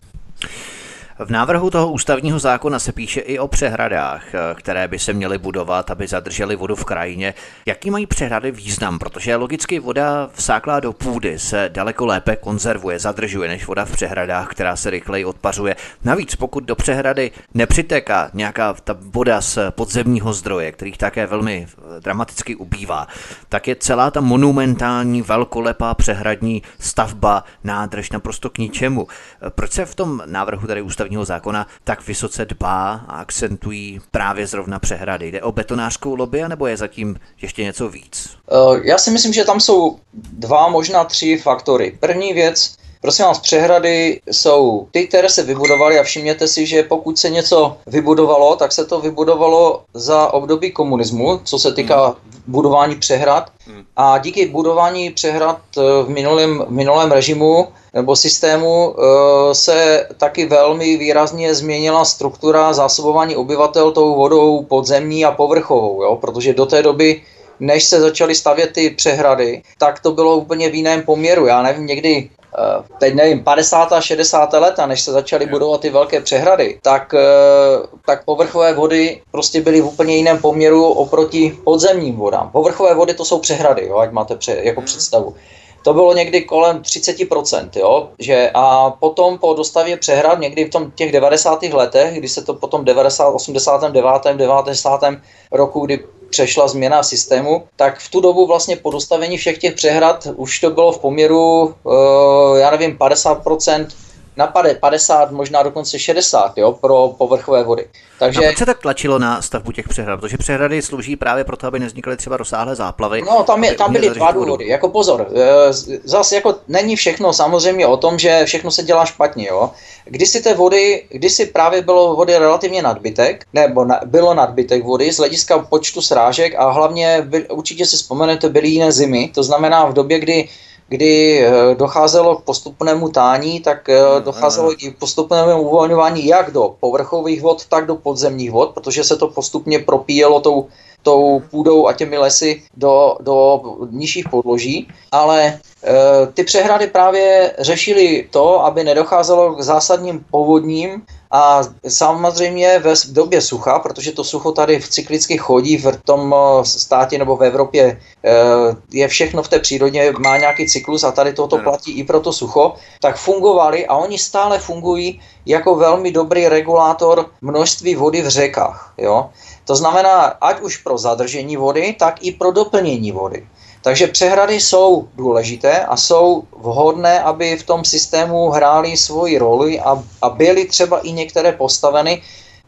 V návrhu toho ústavního zákona se píše i o přehradách, které by se měly budovat, aby zadržely vodu v krajině. Jaký mají přehrady význam? Protože logicky voda vsáklá do půdy se daleko lépe konzervuje, zadržuje než voda v přehradách, která se rychleji odpařuje. Navíc pokud do přehrady nepřitéká nějaká ta voda z podzemního zdroje, kterých také velmi dramaticky ubývá, tak je celá ta monumentální velkolepá přehradní stavba, nádrž naprosto k ničemu. Proč se v tom návrhu tady ústavního zákona tak vysoce dbá a akcentují právě zrovna přehrady? Jde o betonářskou lobby, nebo je zatím ještě něco víc? Já si myslím, že tam jsou 2, možná 3 faktory. První věc, prosím vás, přehrady jsou ty, které se vybudovaly a všimněte si, že pokud se něco vybudovalo, tak se to vybudovalo za období komunismu, co se týká budování přehrad. A díky budování přehrad v minulém režimu nebo systému se taky velmi výrazně změnila struktura zásobování obyvatel tou vodou podzemní a povrchovou, jo? Protože do té doby, než se začaly stavět ty přehrady, tak to bylo úplně v jiném poměru. Já nevím, někdy teď nevím, 50. a 60. leta, než se začaly budovat ty velké přehrady, tak povrchové vody prostě byly v úplně jiném poměru oproti podzemním vodám. Povrchové vody to jsou přehrady, jo, ať máte jako představu. To bylo někdy kolem 30%, jo, a potom po dostavě přehrad, někdy v těch 90. letech, kdy se to potom 90. roku, kdy přešla změna systému, tak v tu dobu vlastně po dostavení všech těch přehrad už to bylo v poměru, 50%, na 50, možná dokonce 60, jo, pro povrchové vody. Takže... A proč se tak tlačilo na stavbu těch přehrad? Protože přehrady slouží právě proto, aby nevznikaly třeba rozsáhlé záplavy. No, tam byly 2 důvody. Jako pozor, zase jako není všechno samozřejmě o tom, že všechno se dělá špatně, jo. Kdysi právě bylo vody relativně nadbytek, bylo nadbytek vody z hlediska počtu srážek a hlavně určitě si vzpomenete, byly jiné zimy, to znamená v době, kdy docházelo k postupnému tání, tak docházelo i k postupnému uvolňování jak do povrchových vod, tak do podzemních vod, protože se to postupně propíjelo tou půdou a těmi lesy do nižších podloží, ale ty přehrady právě řešily to, aby nedocházelo k zásadním povodním a samozřejmě v době sucha, protože to sucho tady cyklicky chodí v tom státě nebo v Evropě, je všechno v té přírodě, má nějaký cyklus a tady toto platí i pro to sucho, tak fungovaly a oni stále fungují jako velmi dobrý regulátor množství vody v řekách, jo. To znamená, ať už pro zadržení vody, tak i pro doplnění vody. Takže přehrady jsou důležité a jsou vhodné, aby v tom systému hrály svoji roli a byly třeba i některé postaveny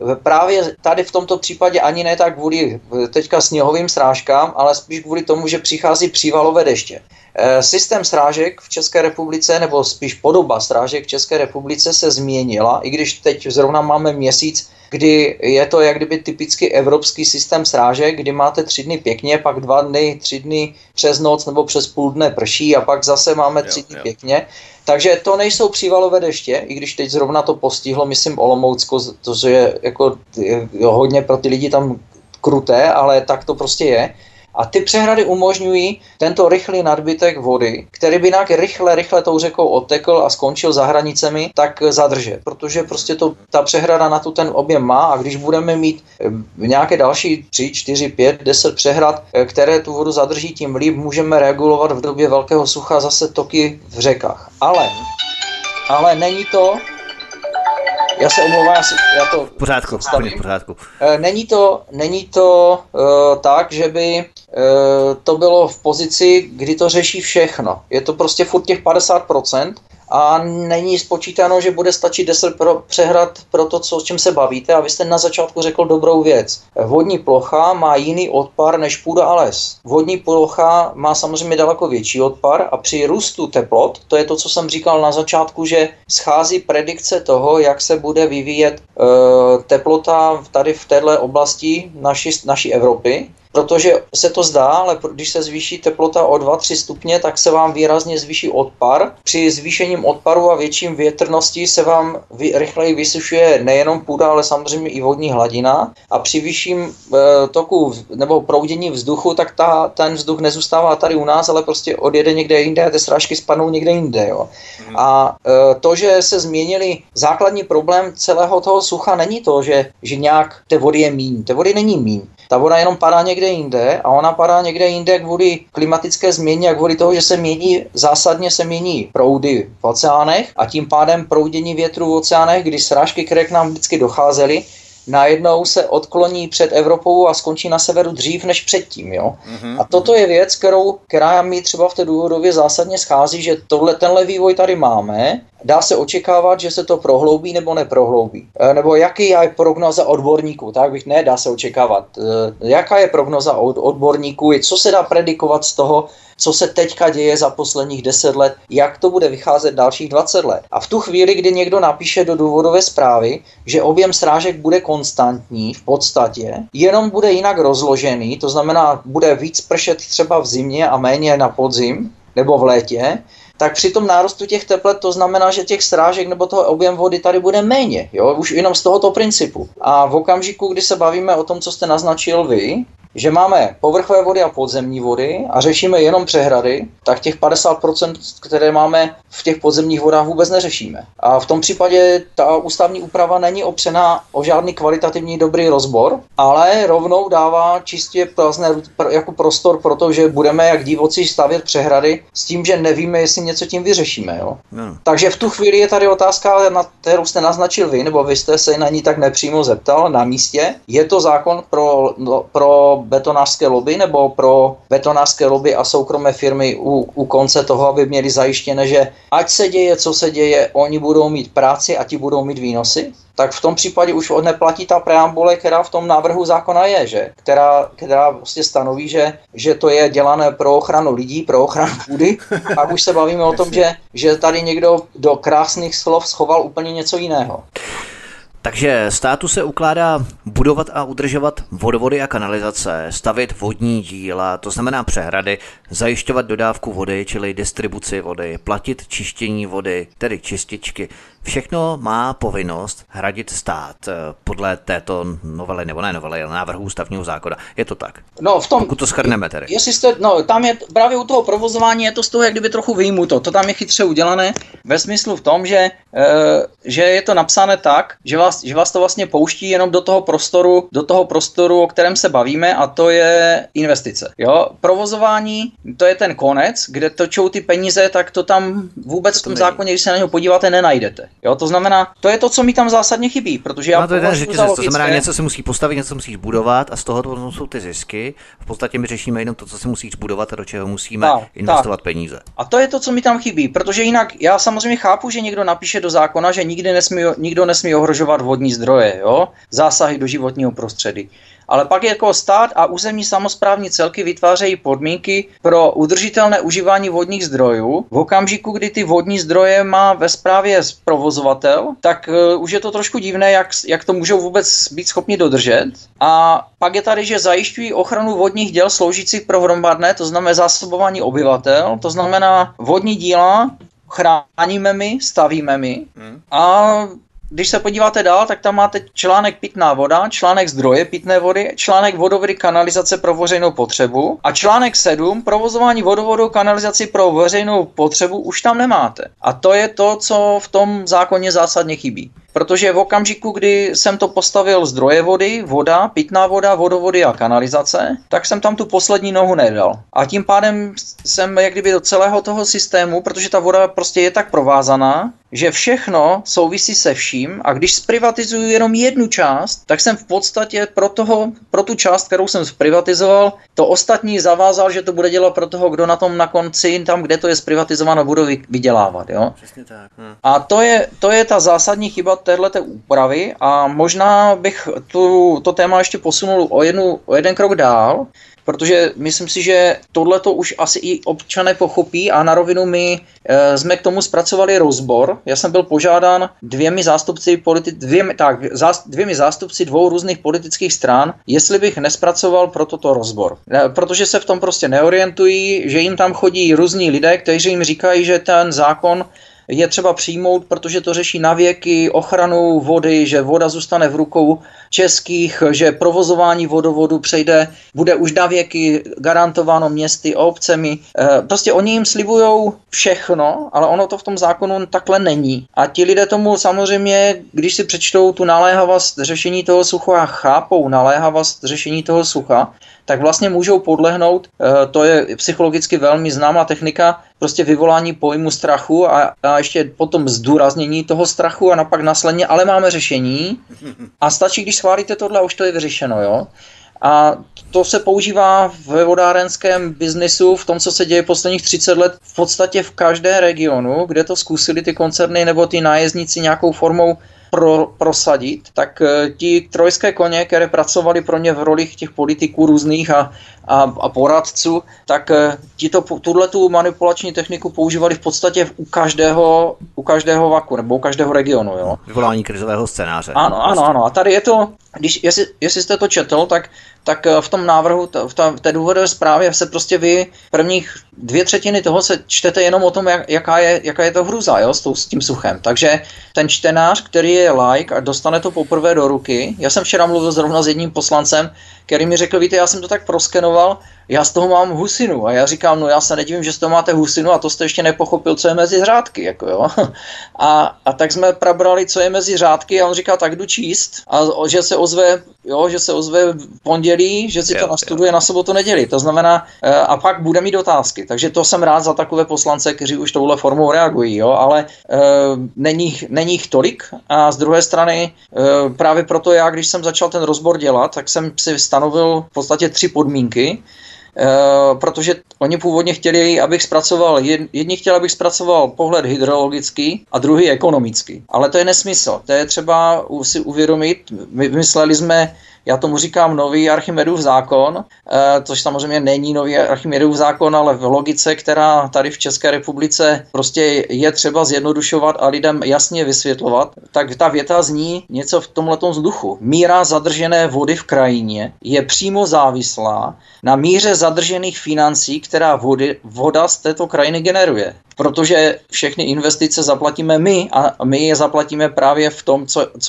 právě tady v tomto případě ani ne tak kvůli teďka sněhovým srážkám, ale spíš kvůli tomu, že přichází přívalové deště. Systém srážek v České republice, nebo spíš podoba srážek v České republice se změnila, i když teď zrovna máme měsíc, kdy je to jak kdyby typicky evropský systém srážek, kdy máte 3 dny pěkně, pak 2 dny, 3 dny přes noc nebo přes půl dne prší a pak zase máme 3 dny pěkně. Takže to nejsou přívalové deště, i když teď zrovna to postihlo, myslím, Olomoucko, to je jako hodně pro ty lidi tam kruté, ale tak to prostě je. A ty přehrady umožňují tento rychlý nadbytek vody, který by nějak rychle tou řekou odtekl a skončil za hranicemi, tak zadržet. Protože prostě ta přehrada na to ten objem má a když budeme mít nějaké další 3, 4, 5, 10 přehrad, které tu vodu zadrží, tím líp můžeme regulovat v době velkého sucha zase toky v řekách. Ale není to Já se omlouvám, já to... V pořádku, v pořádku. Není to tak, že by to bylo v pozici, kdy to řeší všechno. Je to prostě furt těch 50%. A není spočítáno, že bude stačit 10 přehrad pro to, o čem se bavíte. A vy jste na začátku řekl dobrou věc. Vodní plocha má jiný odpar než půda a les. Vodní plocha má samozřejmě daleko větší odpar a při růstu teplot, to je to, co jsem říkal na začátku, že schází predikce toho, jak se bude vyvíjet teplota tady v této oblasti naší Evropy. Protože se to zdá, ale když se zvýší teplota o 2-3 stupně, tak se vám výrazně zvýší odpar. Při zvýšením odparu a větším větrnosti se vám rychleji vysušuje nejenom půda, ale samozřejmě i vodní hladina. A při vyšším toku nebo proudění vzduchu, tak ten vzduch nezůstává tady u nás, ale prostě odjede někde jinde a ty srážky spadnou někde jinde. Jo. A to, že se změnili základní problém celého toho sucha, není to, že nějak té vody je míň. Té vody není míň. Ta voda jenom padá někde jinde a ona padá někde jinde kvůli klimatické změně a kvůli toho, že zásadně se mění proudy v oceánech a tím pádem proudění větru v oceánech, kdy srážky, které k nám vždycky docházely, najednou se odkloní před Evropou a skončí na severu dřív než předtím. Jo? A toto je věc, která mi třeba v té důvodově zásadně schází, že tenhle vývoj tady máme. Dá se očekávat, že se to prohloubí nebo neprohloubí. Nebo jaký je prognoza odborníků, tak bych dá se očekávat. Jaká je prognoza odborníků, co se dá predikovat z toho, co se teďka děje za posledních 10 let, jak to bude vycházet dalších 20 let. A v tu chvíli, kdy někdo napíše do důvodové zprávy, že objem srážek bude konstantní v podstatě, jenom bude jinak rozložený, to znamená, bude víc pršet třeba v zimě a méně na podzim nebo v létě, tak při tom nárůstu těch teplet to znamená, že těch srážek nebo toho objem vody tady bude méně, jo? Už jenom z tohoto principu. A v okamžiku, kdy se bavíme o tom, co jste naznačil vy, že máme povrchové vody a podzemní vody a řešíme jenom přehrady, tak těch 50%, které máme v těch podzemních vodách, vůbec neřešíme. A v tom případě ta ústavní úprava není opřená o žádný kvalitativní dobrý rozbor, ale rovnou dává čistě jako prostor pro to, že budeme jak divoci stavět přehrady s tím, že nevíme, jestli něco tím vyřešíme. Jo? Takže v tu chvíli je tady otázka, na kterou jste naznačil vy, nebo vy jste se na ní tak nepřímo zeptal na místě. Je to zákon pro betonářské lobby nebo pro betonářské lobby a soukromé firmy u konce toho, aby měli zajištěné, že ať se děje, co se děje, oni budou mít práci a ti budou mít výnosy? Tak v tom případě už neplatí ta preambule, která v tom návrhu zákona je, že? Která vlastně stanoví, že to je dělané pro ochranu lidí, pro ochranu půdy. A už se bavíme o tom, že tady někdo do krásných slov schoval úplně něco jiného. Takže státu se ukládá budovat a udržovat vodovody a kanalizace, stavět vodní díla, to znamená přehrady, zajišťovat dodávku vody, čili distribuci vody, platit čištění vody, tedy čističky. Všechno má povinnost hradit stát podle této novely, nebo ne novely, ale návrhu ústavního zákona. Je to tak? No, pokud to shrneme tedy. Tam je právě u toho provozování, je to z toho jak kdyby trochu vyjmuto. To tam je chytře udělané ve smyslu v tom, že je to napsané tak, že vás to vlastně pouští jenom do toho prostoru, o kterém se bavíme, a to je investice. Jo? Provozování, to je ten konec, kde točou ty peníze, tak to tam vůbec v tom zákoně, když se na něho podíváte, nenajdete. Jo? To znamená, to je to, co mi tam zásadně chybí, protože já to je ten řetězec, to znamená, něco se musí postavit, něco musíš budovat a z toho potom jsou ty zisky. V podstatě my řešíme jenom to, co se musíš budovat a do čeho musíme investovat peníze. A to je to, co mi tam chybí, protože jinak já samozřejmě chápu, že někdo napíše do zákona, že nikdo nesmí ohrožovat vodní zdroje, jo? Zásahy do životního prostředí. Ale pak jako stát a územní samosprávní celky vytvářejí podmínky pro udržitelné užívání vodních zdrojů. V okamžiku, kdy ty vodní zdroje má ve správě provozovatel, tak už je to trošku divné, jak to můžou vůbec být schopni dodržet. A pak je tady, že zajišťují ochranu vodních děl sloužících pro hromadné, to znamená zásobování obyvatel, to znamená vodní díla chráníme my, stavíme my. A když se podíváte dál, tak tam máte článek pitná voda, článek zdroje pitné vody, článek vodovody kanalizace pro veřejnou potřebu a článek 7 provozování vodovodu kanalizaci pro veřejnou potřebu už tam nemáte. A to je to, co v tom zákoně zásadně chybí. protože v okamžiku, kdy jsem to postavil zdroje vody, voda, pitná voda, vodovody a kanalizace, tak jsem tam tu poslední nohu nedal. A tím pádem jsem jak kdyby do celého toho systému, protože ta voda prostě je tak provázaná, že všechno souvisí se vším a když zprivatizuju jenom jednu část, tak jsem v podstatě pro tu část, kterou jsem zprivatizoval, to ostatní zavázal, že to bude dělat pro toho, kdo na tom na konci, tam, kde to je zprivatizováno, budou vydělávat. Jo? Přesně tak. A to je ta zásadní chyba téhleté úpravy a možná bych to téma ještě posunul o jeden krok dál, protože myslím si, že tohleto už asi i občané pochopí a na rovinu my jsme k tomu zpracovali rozbor. Já jsem byl požádán dvěmi zástupci dvou různých politických stran, jestli bych nespracoval pro toto rozbor. Protože se v tom prostě neorientují, že jim tam chodí různí lidé, kteří jim říkají, že ten zákon je třeba přijmout, protože to řeší navěky ochranu vody, že voda zůstane v rukou českých, že provozování vodovodu bude už navěky garantováno městy a obcemi. Prostě oni jim slibujou všechno, ale ono to v tom zákonu takhle není. A ti lidé tomu samozřejmě, když si přečtou tu naléhavost řešení toho sucha a chápou naléhavost řešení toho sucha, tak vlastně můžou podlehnout, to je psychologicky velmi známá technika, prostě vyvolání pojmu strachu a ještě potom zdůraznění toho strachu a napak následně, ale máme řešení a stačí, když schválíte tohle a už to je vyřešeno, jo. A to se používá ve vodárenském biznisu, v tom, co se děje posledních 30 let, v podstatě v každé regionu, kde to zkusili ty koncerny nebo ty nájezdníci nějakou formou prosadit, tak ti trojské koně, které pracovali pro ně v rolích těch politiků různých a poradců, tak ti tuhletu manipulační techniku používali v podstatě u každého vaku nebo u každého regionu. Jo. Vyvolání krizového scénáře. Ano. A tady je to, jestli jste to četl, tak v tom návrhu, v té důvodové zprávě se prostě vy prvních 2/3 toho se čtete jenom o tom, jaká je to hruza, jo, s tím suchem. Takže ten čtenář, který je laik a dostane to poprvé do ruky, já jsem včera mluvil zrovna s jedním poslancem, který mi řekl, víte, já jsem to tak proskenoval, já z toho mám husinu. A já říkám, no já se nedivím, že z toho máte husinu a to jste ještě nepochopil, co je mezi řádky. Jako jo. A tak jsme probrali, co je mezi řádky a on říká, tak jdu číst. A že se ozve v pondělí, že si to nastuduje na sobotu neděli. To znamená, a pak bude mít otázky. Takže to jsem rád za takové poslance, kteří už touhle formou reagují. Jo. Ale není jich tolik. A z druhé strany, právě proto já, když jsem začal ten rozbor dělat, tak jsem si stanovil v podstatě 3 podmínky, protože oni původně chtěli, abych zpracoval, jedni chtěli, abych zpracoval pohled hydrologický a druhý ekonomický. Ale to je nesmysl. To je třeba si uvědomit. My vymysleli jsme, já tomu říkám nový Archimedův zákon, což samozřejmě není nový Archimedův zákon, ale v logice, která tady v České republice prostě je třeba zjednodušovat a lidem jasně vysvětlovat, tak ta věta zní něco v tomhletom vzduchu. Míra zadržené vody v krajině je přímo závislá na míře zadržených financí, která voda z této krajiny generuje. Protože všechny investice zaplatíme my a my je zaplatíme právě v tom,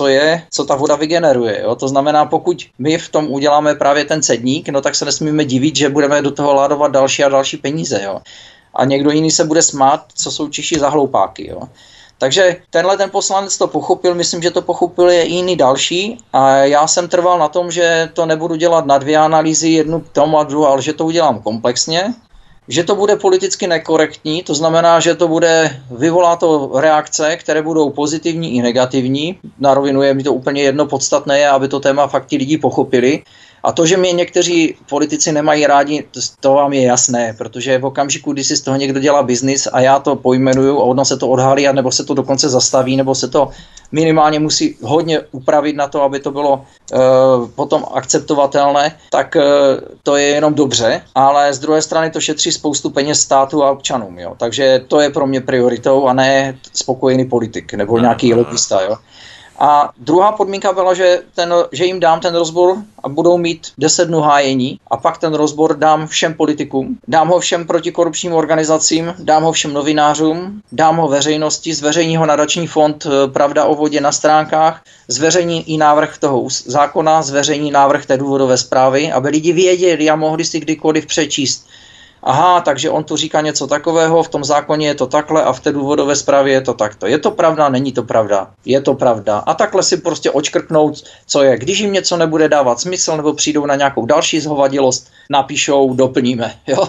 co ta voda vygeneruje. Jo? To znamená, pokud my v tom uděláme právě ten cedník, no tak se nesmíme divit, že budeme do toho ládovat další a další peníze. Jo? A někdo jiný se bude smát, co jsou Češi za hloupáky. Jo? Takže ten poslanec to pochopil, myslím, že to pochopil i jiný další a já jsem trval na tom, že to nebudu dělat na 2 analýzy, jednu k tomu a druhou, ale že to udělám komplexně. Že to bude politicky nekorektní, to znamená, že to vyvolá to reakce, které budou pozitivní i negativní. Na rovinu je mi to úplně jedno, podstatné je, aby to téma fakt ti lidi pochopili. A to, že mě někteří politici nemají rádi, to vám je jasné, protože v okamžiku, kdy si z toho někdo dělá biznis a já to pojmenuju a ono se to odhalí, nebo se to dokonce zastaví, nebo se to minimálně musí hodně upravit na to, aby to bylo potom akceptovatelné, tak to je jenom dobře, ale z druhé strany to šetří spoustu peněz státu a občanům. Jo. Takže to je pro mě prioritou a ne spokojený politik nebo nějaký lobbysta. Jo. A druhá podmínka byla, že jim dám ten rozbor a budou mít 10 dnů hájení a pak ten rozbor dám všem politikům, dám ho všem protikorupčním organizacím, dám ho všem novinářům, dám ho veřejnosti, zveřejní ho nadační fond Pravda o vodě na stránkách, zveřejní i návrh toho zákona, zveřejní návrh té důvodové zprávy, aby lidi věděli a mohli si kdykoliv přečíst. aha, takže on tu říká něco takového, v tom zákoně je to takhle a v té důvodové zprávě je to takto. Je to pravda, není to pravda, je to pravda. A takhle si prostě očkrknout, co je. Když jim něco nebude dávat smysl nebo přijdou na nějakou další zhovadilost, napíšou, doplníme, jo.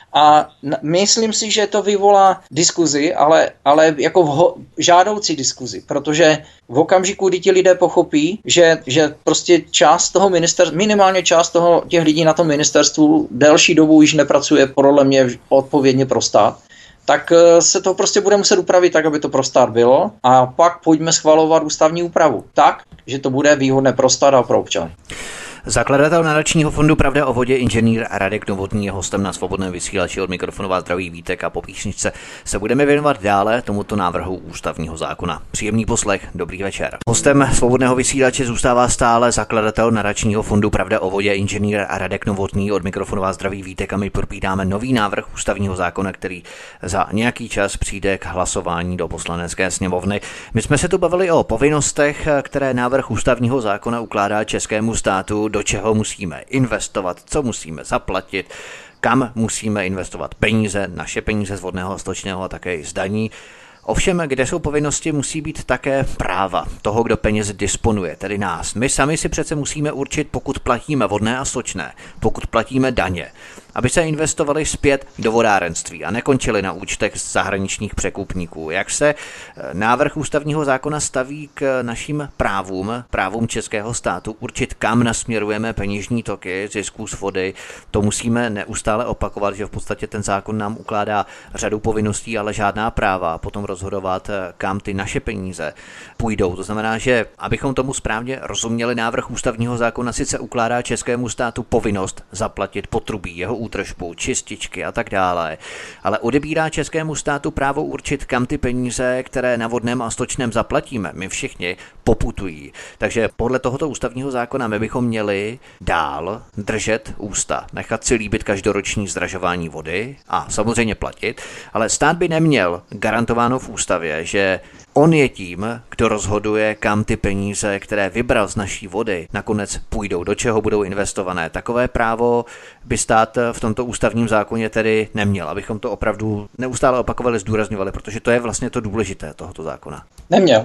A myslím si, že to vyvolá diskuzi, ale jako žádoucí diskuzi, protože v okamžiku, kdy ti lidé pochopí, že prostě část toho minimálně část těch lidí na tom ministerstvu delší dobu již nepracuje podle mě odpovědně pro stát, tak se to prostě bude muset upravit tak, aby to pro stát bylo a pak pojďme schvalovat ústavní úpravu tak, že to bude výhodné pro stát a pro občany. Zakladatel nadačního fondu Pravda o vodě, inženýr Radek Novotný, je hostem na Svobodném vysílači. Od mikrofonu vás zdraví Vítek a po písničce se budeme věnovat dále tomuto návrhu ústavního zákona. Příjemný poslech, dobrý večer. Hostem Svobodného vysílače zůstává stále zakladatel nadačního fondu Pravda o vodě, inženýr Radek Novotný. Od mikrofonu vás zdraví Vítek a my propídáme nový návrh ústavního zákona, který za nějaký čas přijde k hlasování do Poslanecké sněmovny. My jsme se tu bavili o povinnostech, které návrh ústavního zákona ukládá českému státu, do čeho musíme investovat, co musíme zaplatit, kam musíme investovat peníze, naše peníze z vodného a stočného a také i z daní. Ovšem, kde jsou povinnosti, musí být také práva toho, kdo peněz disponuje, tedy nás. My sami si přece musíme určit, pokud platíme vodné a stočné, pokud platíme daně, aby se investovali zpět do vodárenství a nekončili na účtech zahraničních překupníků. Jak se návrh ústavního zákona staví k našim právům českého státu, určit, kam nasměrujeme peněžní toky zisků z vody, to musíme neustále opakovat, že v podstatě ten zákon nám ukládá řadu povinností, ale žádná práva, potom rozhodovat, kam ty naše peníze půjdou. To znamená, že abychom tomu správně rozuměli, návrh ústavního zákona sice ukládá českému státu povinnost zaplatit potrubí, jeho údržbu, čističky a tak dále, ale odebírá českému státu právo určit, kam ty peníze, které na vodném a stočném zaplatíme, my všichni, poputují. Takže podle tohoto ústavního zákona my bychom měli dál držet ústa, nechat si líbit každoroční zdražování vody a samozřejmě platit, ale stát by neměl garantováno v ústavě, že on je tím, kdo rozhoduje, kam ty peníze, které vybral z naší vody, nakonec půjdou, do čeho budou investované. Takové právo by stát v tomto ústavním zákoně tedy neměl, abychom to opravdu neustále opakovali, zdůrazňovali, protože to je vlastně to důležité tohoto zákona. Neměl.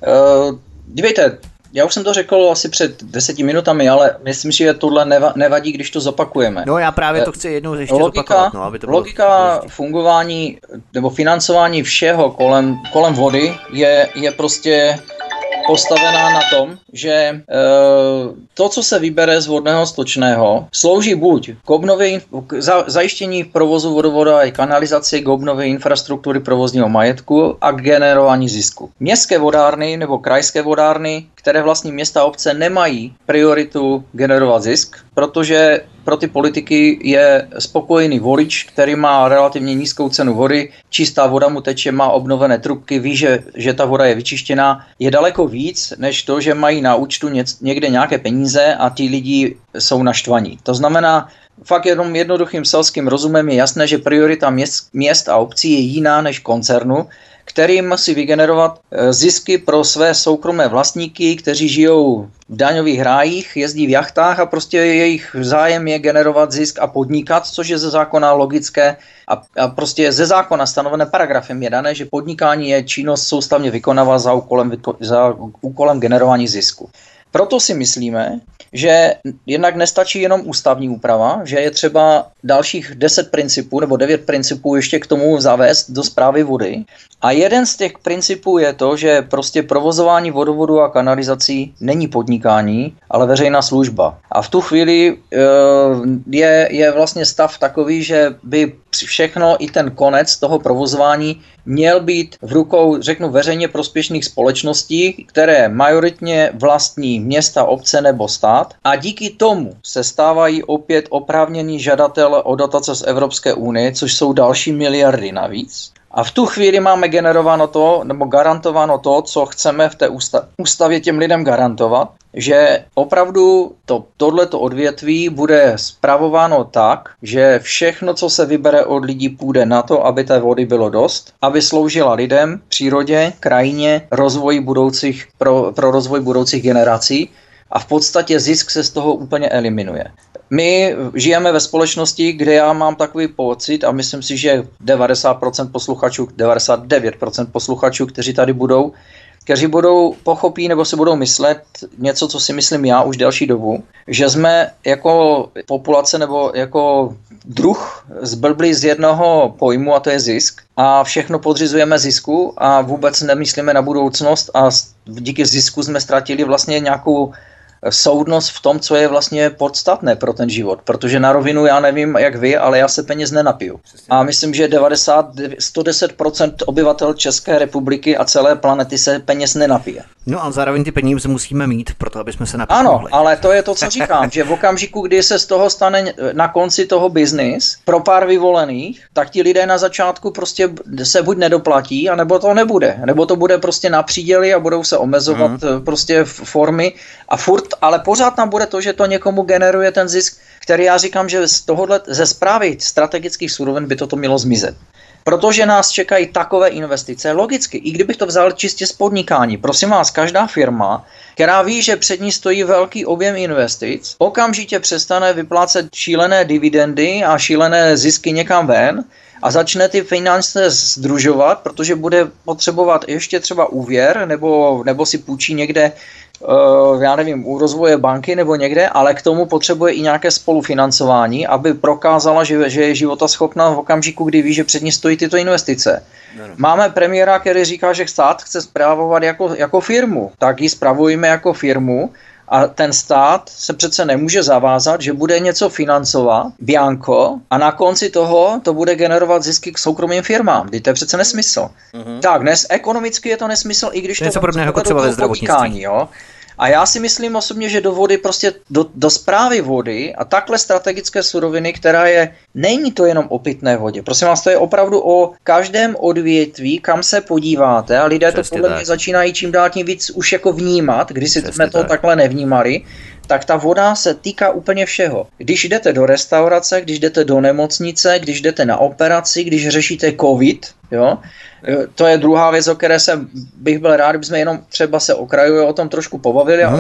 Dívejte, já už jsem to řekl asi před 10 minutami, ale myslím, že tohle nevadí, když to zopakujeme. No já právě to chci jednou ještě zopakovat. No, aby to bylo logika fungování nebo financování všeho kolem vody je prostě postavená na tom, že to, co se vybere z vodného stočného, slouží buď k zajištění provozu vodovodu a kanalizaci, k obnově infrastruktury provozního majetku a k generování zisku. Městské vodárny nebo krajské vodárny, které vlastní města a obce, nemají prioritu generovat zisk, protože pro ty politiky je spokojený volič, který má relativně nízkou cenu vody, čistá voda mu teče, má obnovené trubky, ví, že ta voda je vyčištěná, je daleko víc, než to, že mají na účtu někde nějaké peníze a ti lidi jsou naštvaní. To znamená, fakt jenom jednoduchým selským rozumem je jasné, že priorita měst a obcí je jiná než koncernu, kterým si vygenerovat zisky pro své soukromé vlastníky, kteří žijou v daňových rájích, jezdí v jachtách a prostě jejich zájem je generovat zisk a podnikat, což je ze zákona logické a prostě ze zákona stanovené paragrafem je dané, že podnikání je činnost soustavně vykonávat za úkolem generování zisku. Proto si myslíme, že jednak nestačí jenom ústavní úprava, že je třeba dalších 10 principů nebo 9 principů ještě k tomu zavést do správy vody. A jeden z těch principů je to, že prostě provozování vodovodu a kanalizací není podnikání, ale veřejná služba. A v tu chvíli je vlastně stav takový, že by všechno i ten konec toho provozování měl být v rukou, řeknu, veřejně prospěšných společností, které majoritně vlastní města, obce nebo stát a díky tomu se stávají opět oprávnění žadatelé o dotace z Evropské unie, což jsou další miliardy navíc. A v tu chvíli máme generováno to, nebo garantováno to, co chceme v té ústavě těm lidem garantovat, že opravdu tohleto odvětví bude spravováno tak, že všechno, co se vybere od lidí, půjde na to, aby té vody bylo dost, aby sloužila lidem, přírodě, krajině, pro rozvoj budoucích generací a v podstatě zisk se z toho úplně eliminuje. My žijeme ve společnosti, kde já mám takový pocit a myslím si, že 90% posluchačů, 99% posluchačů, kteří tady budou, kteří pochopí nebo si budou myslet něco, co si myslím já už delší dobu, že jsme jako populace nebo jako druh zblblí z jednoho pojmu a to je zisk a všechno podřizujeme zisku a vůbec nemyslíme na budoucnost a díky zisku jsme ztratili vlastně nějakou soudnost v tom, co je vlastně podstatné pro ten život. Protože na rovinu, já nevím jak vy, ale já se peněz nenapiju. A myslím, že 110% obyvatel České republiky a celé planety se peněz nenapije. No a zároveň ty peníze musíme mít, proto aby jsme se napít ano, mohli. Ale to je to, co říkám, že v okamžiku, kdy se z toho stane na konci toho biznis pro pár vyvolených, tak ti lidé na začátku prostě se buď nedoplatí, anebo to nebude. Nebo to bude prostě na příděli a budou se omezovat prostě formy a furt, ale pořád tam bude to, že to někomu generuje ten zisk, který já říkám, že ze správy strategických surovin by toto mělo zmizet. Protože nás čekají takové investice, logicky, i kdybych to vzal čistě z podnikání. Prosím vás, každá firma, která ví, že před ní stojí velký objem investic, okamžitě přestane vyplácet šílené dividendy a šílené zisky někam ven a začne ty finance sdružovat, protože bude potřebovat ještě třeba úvěr nebo si půjčí někde, já nevím, u rozvoje banky nebo někde, ale k tomu potřebuje i nějaké spolufinancování, aby prokázala, že je životaschopná v okamžiku, kdy ví, že před ní stojí tyto investice. Máme premiéra, který říká, že stát chce spravovat jako firmu, tak ji spravujeme jako firmu a ten stát se přece nemůže zavázat, že bude něco financovat bianco a na konci toho to bude generovat zisky k soukromým firmám. To je přece nesmysl. Tak, dnes ekonomicky je to nesmysl, i když to podobné jako třeba ve zdravotnictví. Jo? A já si myslím osobně, že do vody prostě do správy vody a takhle strategické suroviny, která není to jenom o pitné vodě. Prosím vás, to je opravdu o každém odvětví, kam se podíváte a lidé přesně to podle mě začínají čím dál tím víc už jako vnímat, když si jsme to takhle nevnímali, tak ta voda se týká úplně všeho. Když jdete do restaurace, když jdete do nemocnice, když jdete na operaci, když řešíte covid, jo, to je druhá věc, o které bych byl rád, kdybychom jenom třeba se okrajuje o tom trošku pobavili, ale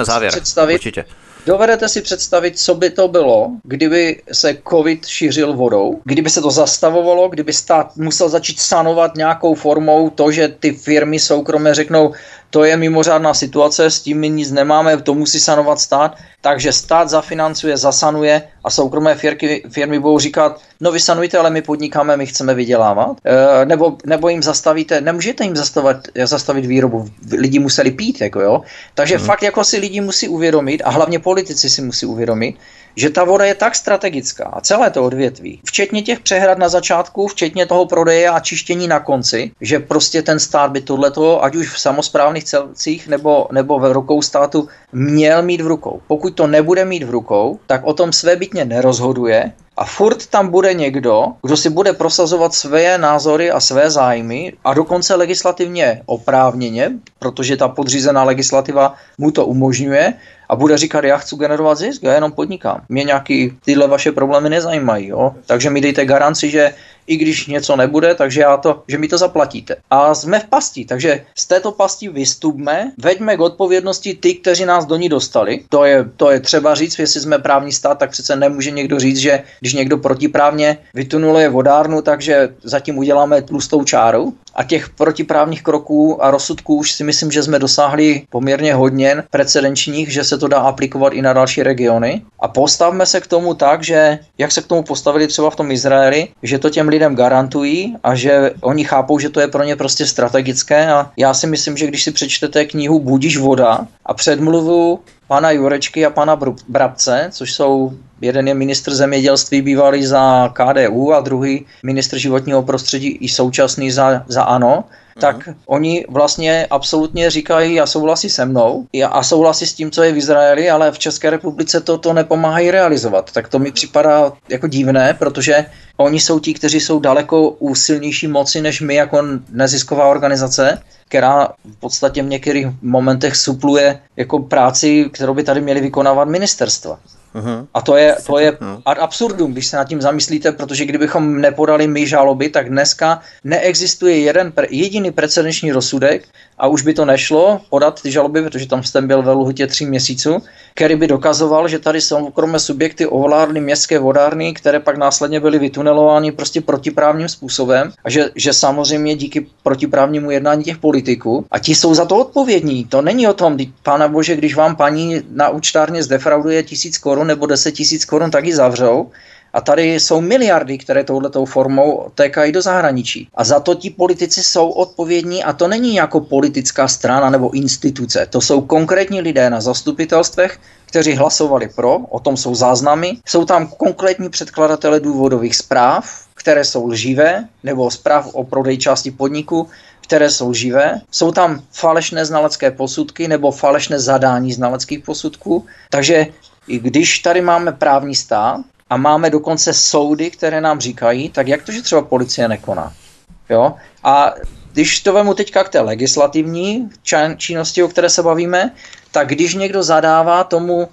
dovedete si představit, co by to bylo, kdyby se covid šířil vodou, kdyby se to zastavovalo, kdyby stát musel začít sanovat nějakou formou to, že ty firmy soukromé řeknou, to je mimořádná situace, s tím my nic nemáme, to musí sanovat stát, takže stát zafinancuje, zasanuje a soukromé firmy budou říkat, no vy sanujte, ale my podnikáme, my chceme vydělávat, nebo jim zastavíte, nemůžete jim zastavit výrobu, lidi museli pít, jako jo, takže fakt jako si lidi musí uvědomit a hlavně politici si musí uvědomit, že ta voda je tak strategická a celé to odvětví, včetně těch přehrad na začátku, včetně toho prodeje a čištění na konci, že prostě ten stát by tohleto, ať už v samosprávných celcích nebo v rukou státu, měl mít v rukou. Pokud to nebude mít v rukou, tak o tom svébytně nerozhoduje a furt tam bude někdo, kdo si bude prosazovat své názory a své zájmy a dokonce legislativně oprávněně, protože ta podřízená legislativa mu to umožňuje a bude říkat, já chci generovat zisk, já jenom podnikám. Mě nějaký tyhle vaše problémy nezajímají, jo? Takže mi dejte garanci, že i když něco nebude, takže že mi to zaplatíte. A jsme v pasti, takže z této pasti vystupme, veďme k odpovědnosti ty, kteří nás do ní dostali. To je třeba říct, jestli jsme právní stát, tak přece nemůže někdo říct, že když někdo protiprávně vytunuluje vodárnu, takže zatím uděláme tlustou čáru. A těch protiprávních kroků a rozsudků už si myslím, že jsme dosáhli poměrně hodně precedenčních, že se to dá aplikovat i na další regiony. A postavme se k tomu tak, že jak se k tomu postavili třeba v tom Izraeli, že to těm lidem garantují a že oni chápou, že to je pro ně prostě strategické. A já si myslím, že když si přečtete knihu Budiž voda a předmluvu pana Jurečky a pana Brabce, což jsou, jeden je ministr zemědělství bývalý za KDU a druhý ministr životního prostředí i současný za ANO, tak oni vlastně absolutně říkají a souhlasí se mnou a souhlasí s tím, co je v Izraeli, ale v České republice to nepomáhají realizovat. Tak to mi připadá jako divné, protože oni jsou ti, kteří jsou daleko u silnější moci než my jako nezisková organizace, která v podstatě v některých momentech supluje jako práci, kterou by tady měli vykonávat ministerstva. A to je ad absurdum, když se nad tím zamyslíte, protože kdybychom nepodali my žaloby, tak dneska neexistuje jediný precedenční rozsudek a už by to nešlo podat ty žaloby, protože tam jsem byl ve lhůtě 3 měsíců, který by dokazoval, že tady soukromé subjekty ovládly městské vodárny, které pak následně byly vytunelovány prostě protiprávním způsobem a že samozřejmě díky protiprávnímu jednání těch politiků a ti jsou za to odpovědní. To není o tom, pána bože, když vám paní na účtárně zdefrauduje 1000 korun nebo 10 000 korun, tak ji zavřou. A tady jsou miliardy, které touhletou formou tékají do zahraničí. A za to ti politici jsou odpovědní a to není jako politická strana nebo instituce. To jsou konkrétní lidé na zastupitelstvech, kteří hlasovali pro, o tom jsou záznamy. Jsou tam konkrétní předkladatelé důvodových zpráv, které jsou lživé, nebo zpráv o prodeji části podniku, které jsou lživé. Jsou tam falešné znalecké posudky nebo falešné zadání znaleckých posudků. Takže i když tady máme právní stát, a máme dokonce soudy, které nám říkají, tak jak to, že třeba policie nekoná? Jo? A když to vemu teďka k té legislativní činnosti, o které se bavíme, tak když někdo zadává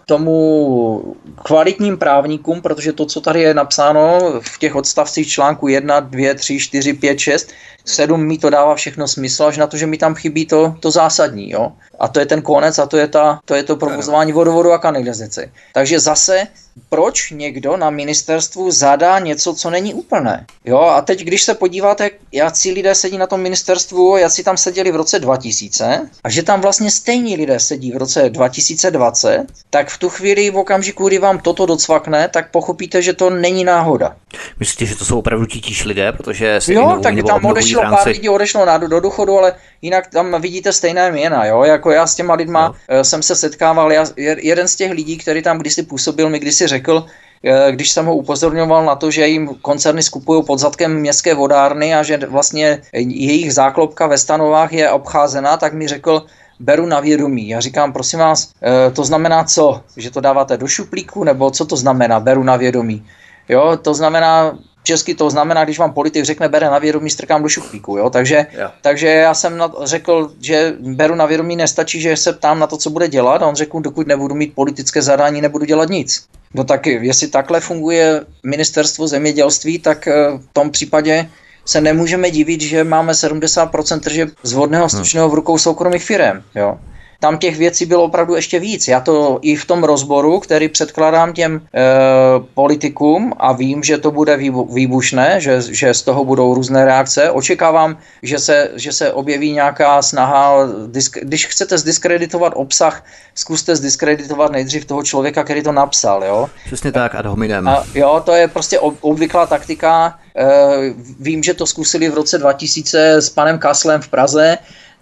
tomu kvalitním právníkům, protože to, co tady je napsáno v těch odstavcích článku 1, 2, 3, 4, 5, 6, 7, mi to dává všechno smysl, až na to, že mi tam chybí to zásadní. Jo? A to je ten konec a to je to provozování vodovodu a kanalizace. Takže zase, proč někdo na ministerstvu zadá něco, co není úplné? Jo? A teď, když se podíváte, jací lidé sedí na tom ministerstvu, jací tam seděli v roce 2000 a že tam vlastně stejní lidé sedí v roce 2020, tak v tu chvíli, v okamžiku, kdy vám toto docvakne, tak pochopíte, že to není náhoda. Myslíte, že to jsou opravdu titíž lidé, protože se tak tam pár lidí odešlo do důchodu, ale jinak tam vidíte stejné jména, jo? Jako já s těma lidma jsem se setkával, jeden z těch lidí, který tam kdysi působil, mi kdysi řekl, když jsem ho upozorňoval na to, že jim koncerny skupují pod zadkem městské vodárny a že vlastně jejich záklopka ve stanovách je obcházena, tak mi řekl, beru na vědomí. Já říkám, prosím vás, to znamená co? Že to dáváte do šuplíku, nebo co to znamená, beru na vědomí? Jo, to znamená, česky to znamená, když vám politik řekne, bere na vědomí, strkám do šuplíku, jo, takže já jsem řekl, že beru na vědomí, nestačí, že se ptám na to, co bude dělat, a on řekl, dokud nebudu mít politické zadání, nebudu dělat nic. No tak jestli takhle funguje ministerstvo zemědělství, tak v tom případě se nemůžeme divit, že máme 70% tržeb z vodného stočného v rukou soukromých firem, jo. Tam těch věcí bylo opravdu ještě víc. Já to i v tom rozboru, který předkládám těm politikům a vím, že to bude výbušné, že z toho budou různé reakce. Očekávám, že se objeví nějaká snaha, když chcete zdiskreditovat obsah, zkuste zdiskreditovat nejdřív toho člověka, který to napsal. Jo? Přesně tak, ad hominem. Jo, to je prostě obvyklá taktika. Vím, že to zkusili v roce 2000 s panem Kaslem v Praze,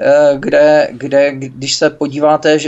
kde když se podíváte,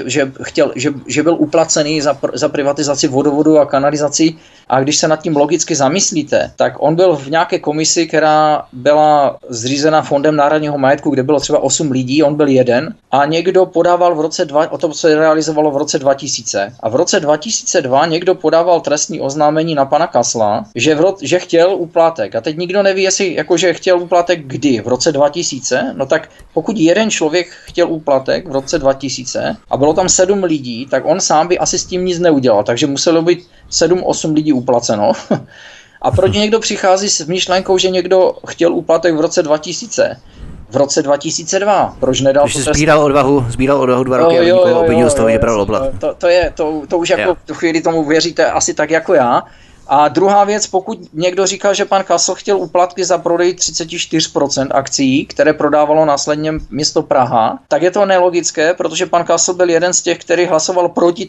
že byl uplacený za privatizaci vodovodu a kanalizací, a když se nad tím logicky zamyslíte, tak on byl v nějaké komisi, která byla zřízena Fondem národního majetku, kde bylo třeba 8 lidí, on byl jeden, a někdo podával o tom se realizovalo v roce 2000. A v roce 2002 někdo podával trestní oznámení na pana Kasla, že chtěl úplatek. A teď nikdo neví, jestli jakože chtěl úplatek kdy, v roce 2000, no tak pokud jeden člověk chtěl úplatek v roce 2000 a bylo tam 7 lidí, tak on sám by asi s tím nic neudělal, takže muselo být 7-8 lidí uplaceno. A proč někdo přichází s myšlenkou, že někdo chtěl úplatek v roce 2000? V roce 2002. Proč nedal to trest? Sbíral odvahu 2 roky a nikoho obvinil z toho, že bral oblat. To už jako tu chvíli tomu věříte asi tak jako já. A druhá věc, pokud někdo říká, že pan Kasl chtěl úplatky za prodej 34% akcií, které prodávalo následně město Praha, tak je to nelogické, protože pan Kasl byl jeden z těch, který hlasoval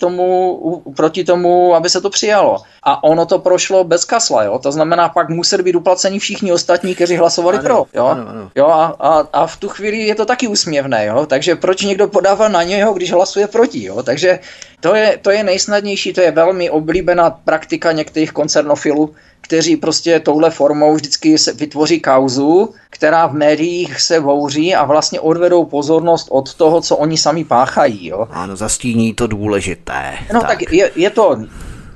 proti tomu, aby se to přijalo. A ono to prošlo bez Kasla, jo? To znamená, pak museli být uplaceni všichni ostatní, kteří hlasovali pro. Jo? Ano. Jo, a v tu chvíli je to taky úsměvné, jo? Takže proč někdo podává na něho, když hlasuje proti, jo? Takže to je nejsnadnější, to je velmi oblíbená praktika některých koncernofilů, kteří prostě touhle formou vždycky vytvoří kauzu, která v médiích se bouří a vlastně odvedou pozornost od toho, co oni sami páchají. Jo? Ano, zastíní to důležité. No tak je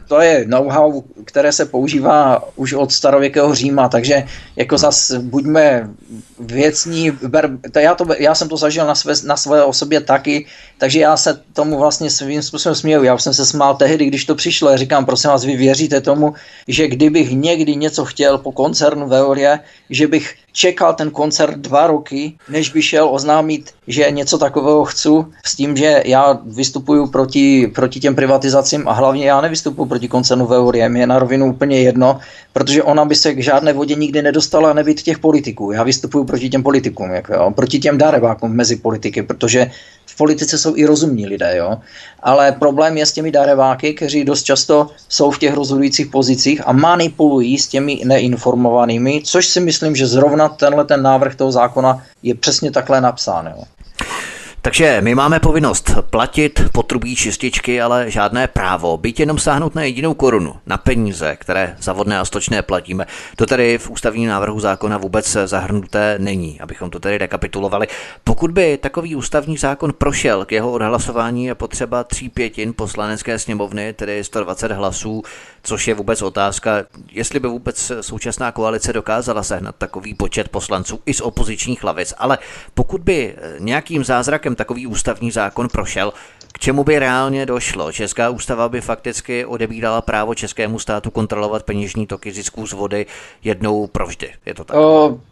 to je know-how, které se používá už od starověkého Říma, takže jako zas buďme věcní, já jsem to zažil na své osobě taky, takže já se tomu vlastně svým způsobem směju. Já jsem se smál tehdy, když to přišlo, já říkám, prosím vás, vy věříte tomu, že kdybych někdy něco chtěl po koncernu Veolia, že bych čekal ten koncert 2 roky, než by šel oznámit, že něco takového chci, s tím, že já vystupuju proti těm privatizacím a hlavně já nevystupuju proti koncernu Veolia, mě je na rovinu úplně jedno, protože ona by se k žádné vodě nikdy nedostala nebýt těch politiků. Já vystupuju proti těm politikům, proti těm darebákům mezi politiky, protože v politice jsou i rozumní lidé, jo. Ale problém je s těmi darebáky, kteří dost často jsou v těch rozhodujících pozicích a manipulují s těmi neinformovanými, což si myslím, že zrovna ten návrh toho zákona je přesně takhle napsán, jo. Takže my máme povinnost platit potrubí čističky, ale žádné právo být jenom sáhnout na jedinou korunu, na peníze, které za vodné a stočné platíme. To tedy v ústavním návrhu zákona vůbec zahrnuté není, abychom to tedy rekapitulovali. Pokud by takový ústavní zákon prošel, k jeho odhlasování je potřeba 3/5 poslanecké sněmovny, tedy 120 hlasů, což je vůbec otázka, jestli by vůbec současná koalice dokázala sehnat takový počet poslanců i z opozičních lavic. Ale pokud by nějakým zázrakem takový ústavní zákon prošel, k čemu by reálně došlo? Česká ústava by fakticky odebírala právo českému státu kontrolovat peněžní toky zisků z vody jednou provždy. Je to tak?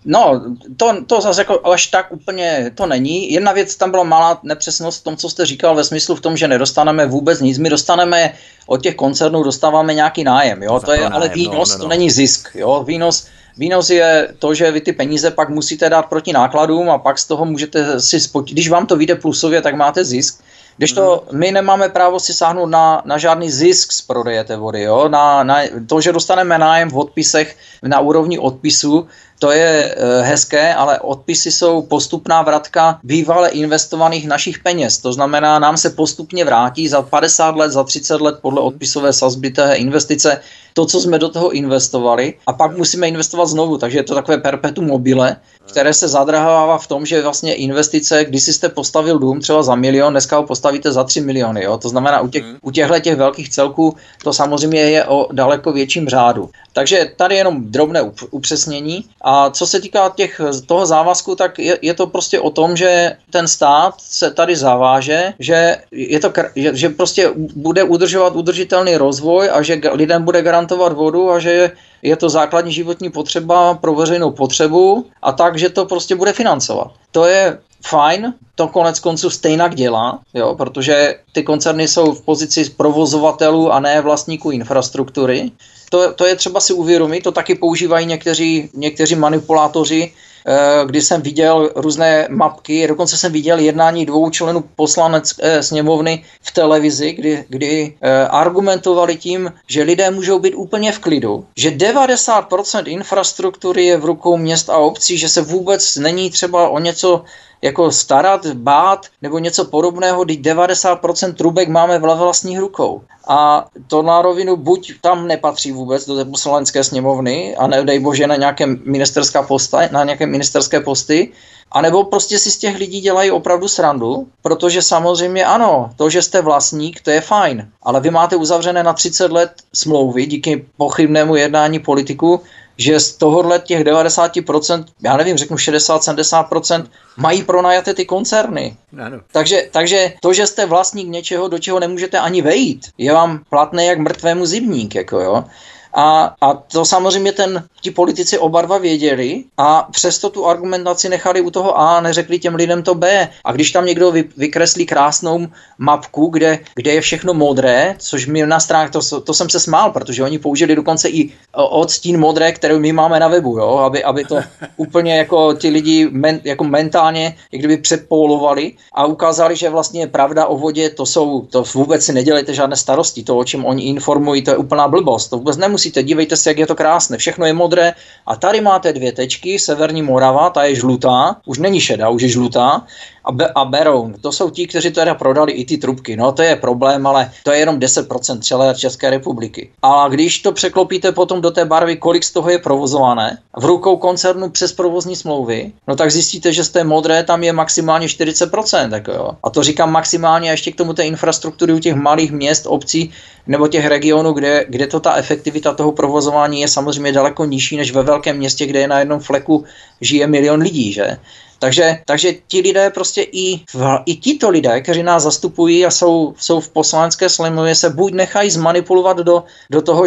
To zase jako až tak úplně to není. Jedna věc, tam byla malá nepřesnost v tom, co jste říkal, ve smyslu v tom, že nedostaneme vůbec nic. My dostaneme od těch koncernů dostáváme nějaký nájem, jo? To je ale výnos, to není zisk, jo? Výnos je to, že vy ty peníze pak musíte dát proti nákladům a pak z toho můžete když vám to vyjde plusově, tak máte zisk. Kdežto my nemáme právo si sáhnout na žádný zisk z prodeje té vody. Jo? Na to, že dostaneme nájem v odpisech na úrovni odpisu, to je hezké, ale odpisy jsou postupná vratka bývale investovaných našich peněz. To znamená, nám se postupně vrátí za 50 let, za 30 let podle odpisové sazby té investice to, co jsme do toho investovali a pak musíme investovat znovu. Takže je to takové perpetuum mobile, které se zadrhává v tom, že vlastně investice, když jste postavil dům třeba za 1 milion, dneska ho postavíte za 3 miliony. Jo? To znamená, u těchto velkých celků to samozřejmě je o daleko větším řádu. Takže tady jenom drobné upřesnění. A co se týká toho závazku, tak je to prostě o tom, že ten stát se tady zaváže, že prostě bude udržovat udržitelný rozvoj a že lidem bude garantovat vodu a že je to základní životní potřeba pro veřejnou potřebu a tak, že to prostě bude financovat. To je fajn, to konec konců stejnak dělá, jo, protože ty koncerny jsou v pozici provozovatelů a ne vlastníků infrastruktury. To je třeba si uvědomit, to taky používají někteří manipulátoři, kdy jsem viděl různé mapky, dokonce jsem viděl jednání 2 členů poslanecké sněmovny v televizi, kdy argumentovali tím, že lidé můžou být úplně v klidu, že 90% infrastruktury je v rukou měst a obcí, že se vůbec není třeba o něco jako starat, bát nebo něco podobného, když 90% trubek máme v vlastních rukou. A to na rovinu buď tam nepatří vůbec do té poslanecké sněmovny a nedej bože na nějaké ministerské posty, anebo prostě si z těch lidí dělají opravdu srandu, protože samozřejmě ano, to, že jste vlastník, to je fajn, ale vy máte uzavřené na 30 let smlouvy díky pochybnému jednání politiků, že z tohohle těch 90%, já nevím, řeknu 60-70%, mají pronajaté ty koncerny. Ano. Takže to, že jste vlastník něčeho, do čeho nemůžete ani vejít, je vám platné jak mrtvému zibník, jako jo. A to samozřejmě ti politici oba dva věděli a přesto tu argumentaci nechali u toho A, neřekli těm lidem to B. A když tam někdo vykreslí krásnou mapku, kde je všechno modré, což mi na stránkách, to jsem se smál, protože oni použili dokonce i odstín modré, kterou my máme na webu, jo? Aby to úplně jako ti lidi jako mentálně jak kdyby přepoulovali a ukázali, že vlastně pravda o vodě, to vůbec si nedělejte žádné starosti, to, o čem oni informují, to je úplná blbost, to vůbec nemusíte, dívejte se, jak je to krásné, všechno je modré a tady máte 2 tečky, severní Morava, ta je žlutá, už není šedá, už je žlutá a berou. To jsou ti, kteří teda prodali i ty trubky. No to je problém, ale to je jenom 10% celé České republiky. A když to překlopíte potom do té barvy, kolik z toho je provozované v rukou koncernu přes provozní smlouvy, no tak zjistíte, že z té modré tam je maximálně 40%. Tak jo. A to říkám maximálně, a ještě k tomu té infrastruktury u těch malých měst, obcí nebo těch regionů, kde to ta efektivita toho provozování je samozřejmě daleko nižší než ve velkém městě, kde je na jednom fleku žije 1 milion lidí, že? Takže ti lidé prostě i tito lidé, kteří nás zastupují a jsou v poslanecké sněmovně, se buď nechají zmanipulovat do toho,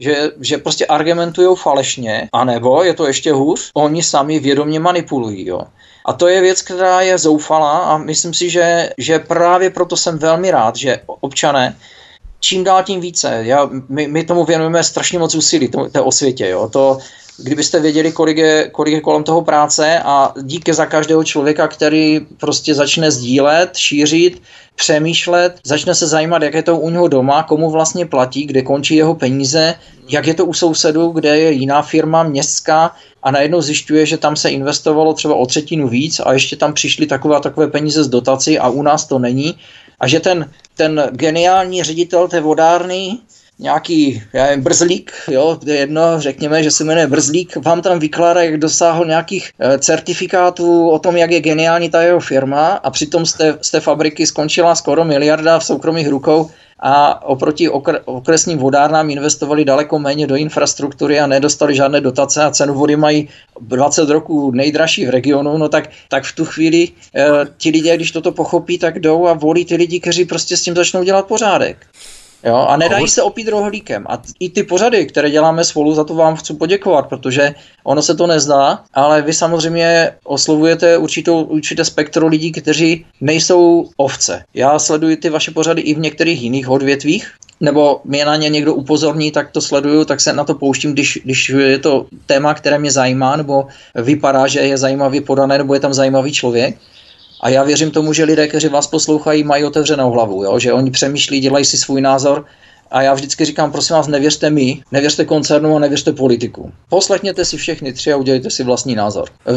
že prostě argumentujou falešně, anebo je to ještě hůř, oni sami vědomě manipulují. Jo. A to je věc, která je zoufalá a myslím si, že právě proto jsem velmi rád, že občané čím dál tím více. My tomu věnujeme strašně moc úsilí, té osvětě. Jo. Kdybyste věděli, kolik je kolem toho práce a díky za každého člověka, který prostě začne sdílet, šířit, přemýšlet, začne se zajímat, jak je to u něho doma, komu vlastně platí, kde končí jeho peníze, jak je to u sousedů, kde je jiná firma městská a najednou zjišťuje, že tam se investovalo třeba o 1/3 víc a ještě tam přišly takové peníze z dotací a u nás to není. A že ten geniální ředitel té vodárny, nějaký, Brzlík, jo, jedno, řekněme, že se jmenuje Brzlík, vám tam vykládá, jak dosáhl nějakých certifikátů o tom, jak je geniální ta jeho firma a přitom z té fabriky skončila skoro 1 miliarda v soukromých rukou a oproti okresním vodárnám investovali daleko méně do infrastruktury a nedostali žádné dotace a cenu vody mají 20 roků nejdražší v regionu, no tak v tu chvíli ti lidé, když toto pochopí, tak jdou a volí ty lidi, kteří prostě s tím začnou dělat pořádek. Jo, a nedají se opít rohlíkem. A i ty pořady, které děláme spolu, za to vám chci poděkovat, protože ono se to nezdá, ale vy samozřejmě oslovujete určité spektrum lidí, kteří nejsou ovce. Já sleduji ty vaše pořady i v některých jiných odvětvích, nebo mě na ně někdo upozorní, tak to sleduju, tak se na to pouštím, když je to téma, které mě zajímá, nebo vypadá, že je zajímavě podané, nebo je tam zajímavý člověk. A já věřím tomu, že lidé, kteří vás poslouchají, mají otevřenou hlavu, jo? Že oni přemýšlí, dělají si svůj názor. A já vždycky říkám, prosím vás, nevěřte mi, nevěřte koncernu a nevěřte politiku. Poslechněte si všechny 3 a udělejte si vlastní názor. V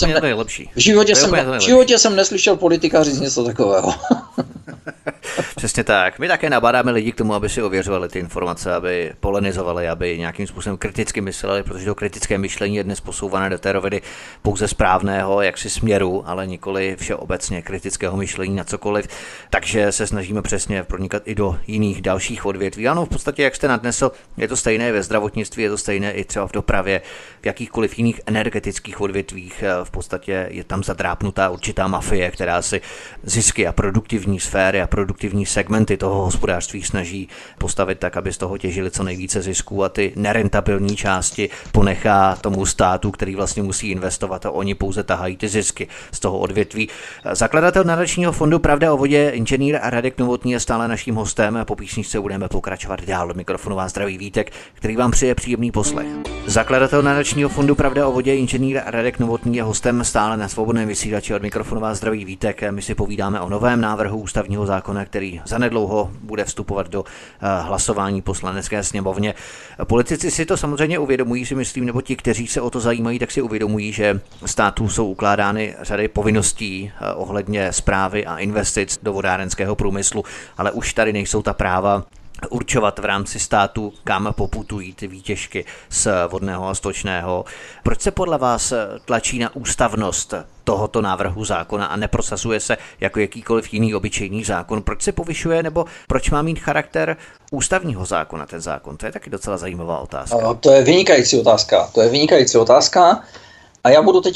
životě jsem neslyšel politika říct něco takového. Přesně tak. My také nabádáme lidi k tomu, aby si ověřovali ty informace, aby polemizovali, aby nějakým způsobem kriticky mysleli, protože to kritické myšlení je dnes posouvané do té roviny pouze správného, jaksi směru, ale nikoli všeobecně kritického myšlení na cokoliv. Takže se snažíme přesně pronikat i do jiných dalších odvětví. Ano, v podstatě, jak jste nadnesl, je to stejné ve zdravotnictví, je to stejné i třeba v dopravě, v jakýchkoliv jiných energetických odvětvích. V podstatě je tam zadrápnutá určitá mafie, která si zisky a produktivní sféry a produktivní segmenty toho hospodářství snaží postavit tak, aby z toho těžili co nejvíce zisků a ty nerentabilní části ponechá tomu státu, který vlastně musí investovat a oni pouze tahají ty zisky z toho odvětví. Zakladatel nadačního fondu Pravda o vodě, inženýr Radek Novotný je stále naším hostem a po písničce budeme pokračovat dál. Do mikrofonu vás zdraví Vítek, který vám přeje příjemný poslech. Zakladatel nadačního fondu Pravda o vodě, inženýr Radek Novotný je hostem stále na Svobodném vysílači. Od mikrofonu vás zdraví Vítek. My si povídáme o novém návrhu ústavního zákona, který zanedlouho bude vstupovat do hlasování Poslanecké sněmovně. Politici si to samozřejmě uvědomují, si myslím, nebo ti, kteří se o to zajímají, tak si uvědomují, že státu jsou ukládány řady povinností ohledně správy a investic do vodárenského průmyslu, ale už tady nejsou ta práva určovat v rámci státu, kam poputují ty výtěžky z vodného a stočného. Proč se podle vás tlačí na ústavnost tohoto návrhu zákona a neprosazuje se jako jakýkoliv jiný obyčejný zákon? Proč se povyšuje, nebo proč má mít charakter ústavního zákona ten zákon? To je taky docela zajímavá otázka. To je vynikající otázka. A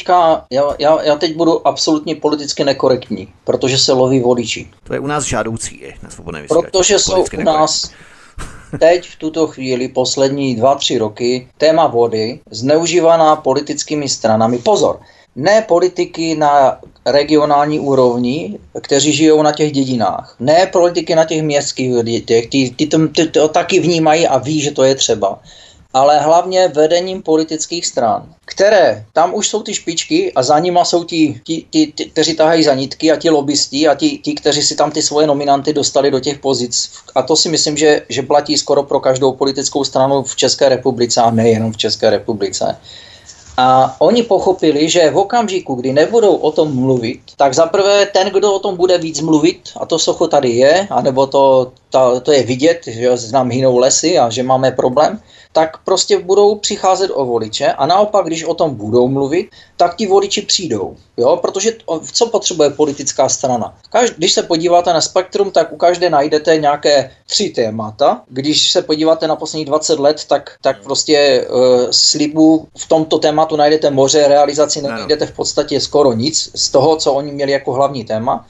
já teď budu absolutně politicky nekorektní, protože se loví voliči. To je u nás žádoucí na Svobodném vysílači. Protože jsou u nás teď v tuto chvíli poslední 2-3 roky téma vody zneužívaná politickými stranami. Pozor, ne politiky na regionální úrovni, kteří žijou na těch dědinách. Ne politiky na těch městských dětech, ty to taky vnímají a ví, že to je třeba. Ale hlavně vedením politických stran, které, tam už jsou ty špičky a za nima jsou ti kteří tahají za nitky a ti lobbysti a ti, kteří si tam ty svoje nominanty dostali do těch pozic. A to si myslím, že platí skoro pro každou politickou stranu v České republice a nejenom v České republice. A oni pochopili, že v okamžiku, kdy nebudou o tom mluvit, tak zaprvé ten, kdo o tom bude víc mluvit, a to socho tady je, anebo to je vidět, že nám hynou lesy a že máme problém, tak prostě budou přicházet o voliče a naopak, když o tom budou mluvit, tak ti voliči přijdou. Jo? Protože co potřebuje politická strana? Když se podíváte na spektrum, tak u každé najdete nějaké 3 témata. Když se podíváte na posledních 20 let, tak prostě slibů v tomto tématu najdete moře, realizaci najdete v podstatě skoro nic z toho, co oni měli jako hlavní téma.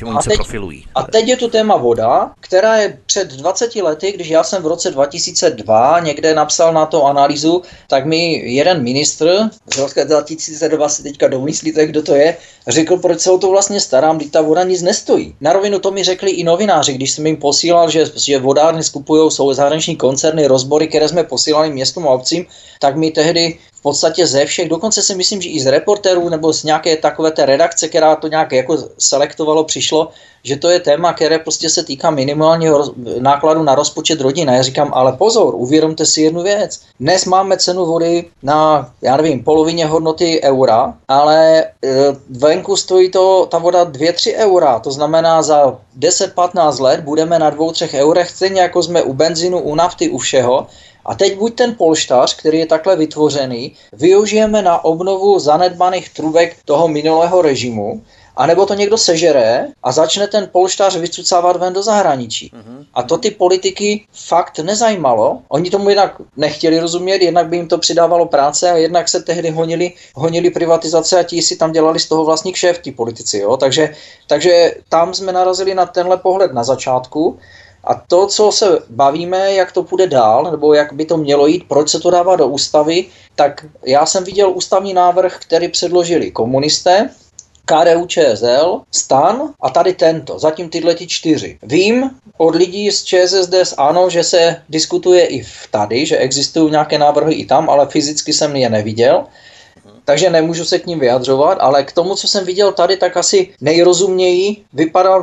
A teď je tu téma voda, která je před 20 lety, když já jsem v roce 2002 někde napsal na to analýzu, tak mi jeden ministr, z roce 2002 si teďka domyslíte, kdo to je, řekl, proč se o to vlastně starám, když ta voda nic nestojí. Na rovinu to mi řekli i novináři, když jsem jim posílal, že vodárny skupují, jsou zahraniční koncerny, rozbory, které jsme posílali městům a obcím, tak mi tehdy v podstatě ze všech, dokonce si myslím, že i z reportérů nebo z nějaké takové té redakce, která to nějak jako selektovalo, přišlo, že to je téma, které prostě se týká minimálního nákladu na rozpočet rodin. A já říkám, ale pozor, uvědomte si jednu věc. Dnes máme cenu vody na, já nevím, polovině hodnoty eura, ale venku stojí ta voda 2-3 eura. To znamená, za 10-15 let budeme na 2-3 eurech, stejně jako jsme u benzínu, u nafty, u všeho. A teď buď ten polštář, který je takhle vytvořený, využijeme na obnovu zanedbaných trubek toho minulého režimu, anebo to někdo sežere a začne ten polštář vycucávat ven do zahraničí. A to ty politiky fakt nezajímalo. Oni tomu jednak nechtěli rozumět, jednak by jim to přidávalo práce a jednak se tehdy honili privatizace a ti si tam dělali z toho vlastní kšeft, ti politici. Jo? Takže tam jsme narazili na tenhle pohled na začátku. A to, co se bavíme, jak to půjde dál, nebo jak by to mělo jít, proč se to dává do ústavy, tak já jsem viděl ústavní návrh, který předložili komunisté, KDU-ČSL, STAN a tady tento, zatím tyhle 4. Vím od lidí z ČSSD ANO, že se diskutuje i tady, že existují nějaké návrhy i tam, ale fyzicky jsem je neviděl. Takže nemůžu se k ním vyjadřovat, ale k tomu, co jsem viděl tady, tak asi nejrozuměji vypadal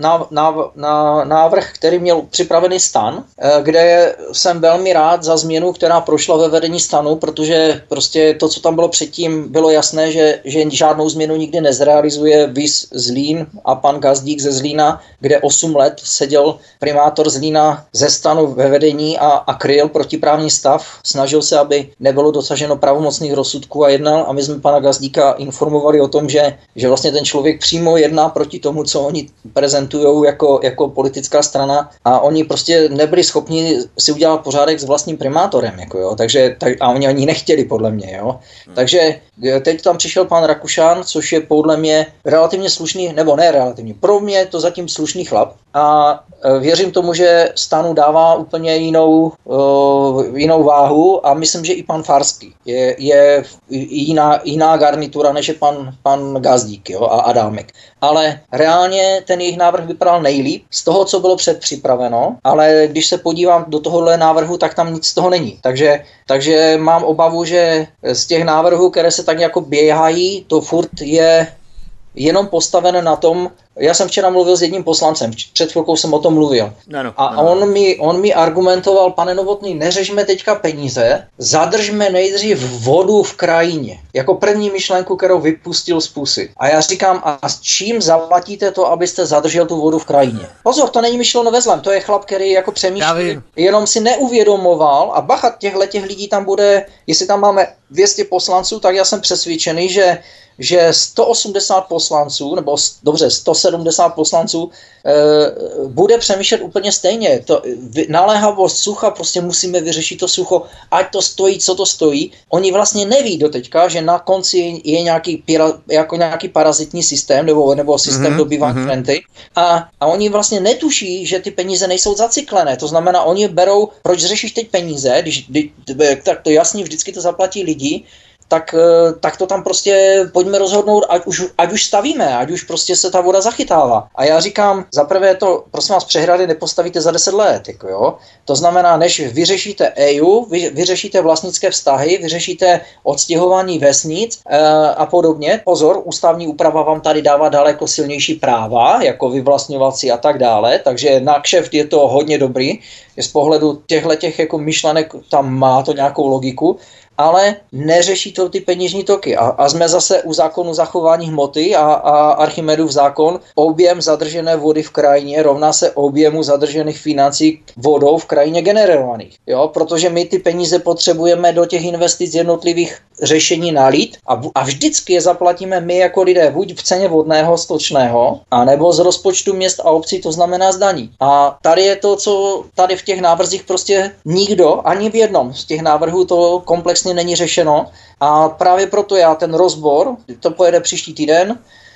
návrh, který měl připravený STAN, kde jsem velmi rád za změnu, která prošla ve vedení STANu, protože prostě to, co tam bylo předtím, bylo jasné, že žádnou změnu nikdy nezrealizuje viz Zlín a pan Gazdík ze Zlína, kde 8 let seděl primátor Zlína ze STANu ve vedení a kryl protiprávní stav, snažil se, aby nebylo dosaženo pravomocných rozsudků a jednal. A my jsme pana Gazdíka informovali o tom, že vlastně ten člověk přímo jedná proti tomu, co oni prezentují jako politická strana a oni prostě nebyli schopni si udělat pořádek s vlastním primátorem. A oni ani nechtěli, podle mě. Jo. Takže teď tam přišel pan Rakušan, což je podle mě relativně slušný, nebo ne relativně, pro mě to zatím slušný chlap a věřím tomu, že STANu dává úplně jinou váhu a myslím, že i pan Farský je jiná garnitura, než je pan Gazdík, jo, a Adámek. Ale reálně ten jejich návrh vypadal nejlíp z toho, co bylo předpřipraveno, ale když se podívám do tohohle návrhu, tak tam nic z toho není. Takže mám obavu, že z těch návrhů, které se tak jako běhají, to furt je jenom postavené na tom. Já jsem včera mluvil s jedním poslancem, před chvilkou jsem o tom mluvil. On mi argumentoval, pane Novotný, neřešme teďka peníze, zadržme nejdřív vodu v krajině. Jako první myšlenku, kterou vypustil z pusy. A já říkám, a s čím zaplatíte to, abyste zadržel tu vodu v krajině? Pozor, to není myšleno ve zlém, to je chlap, který jako přemýšlí, jenom si neuvědomoval a bacha, těch lidí tam bude, jestli tam máme 200 poslanců, tak já jsem přesvědčený, že 180 poslanců, nebo dobře, 170 poslanců bude přemýšlet úplně stejně. Naléhavost sucha, prostě musíme vyřešit to sucho, ať to stojí, co to stojí. Oni vlastně neví doteďka, že na konci je nějaký parazitní systém nebo systém dobývání renty a oni vlastně netuší, že ty peníze nejsou zacyklené. To znamená, oni berou, proč řešíš teď peníze, tak to jasně vždycky to zaplatí lidi, tak to tam prostě pojďme rozhodnout, ať už stavíme, ať už prostě se ta voda zachytává. A já říkám, zaprvé to, prosím vás, přehrady nepostavíte za 10 let, jo. To znamená, než vyřešíte EIA, vyřešíte vlastnické vztahy, vyřešíte odstěhování vesnic a podobně. Pozor, ústavní úprava vám tady dává daleko silnější práva, jako vyvlastňovací a tak dále, takže na kšeft je to hodně dobrý. Z pohledu těchto jako myšlenek tam má to nějakou logiku. ale neřeší to ty peněžní toky. A jsme zase u zákonu zachování hmoty a Archimedův zákon, objem zadržené vody v krajině rovná se objemu zadržených financí vodou v krajině generovaných. Jo? Protože my ty peníze potřebujeme do těch investic jednotlivých řešení nalít a vždycky je zaplatíme my jako lidé buď v ceně vodného, stočného, anebo z rozpočtu měst a obcí, to znamená z daní. A tady je to, co tady v těch návrzích prostě nikdo, ani v jednom z těch návrhů to komplexně není řešeno. A právě proto já ten rozbor, to pojede příští týden,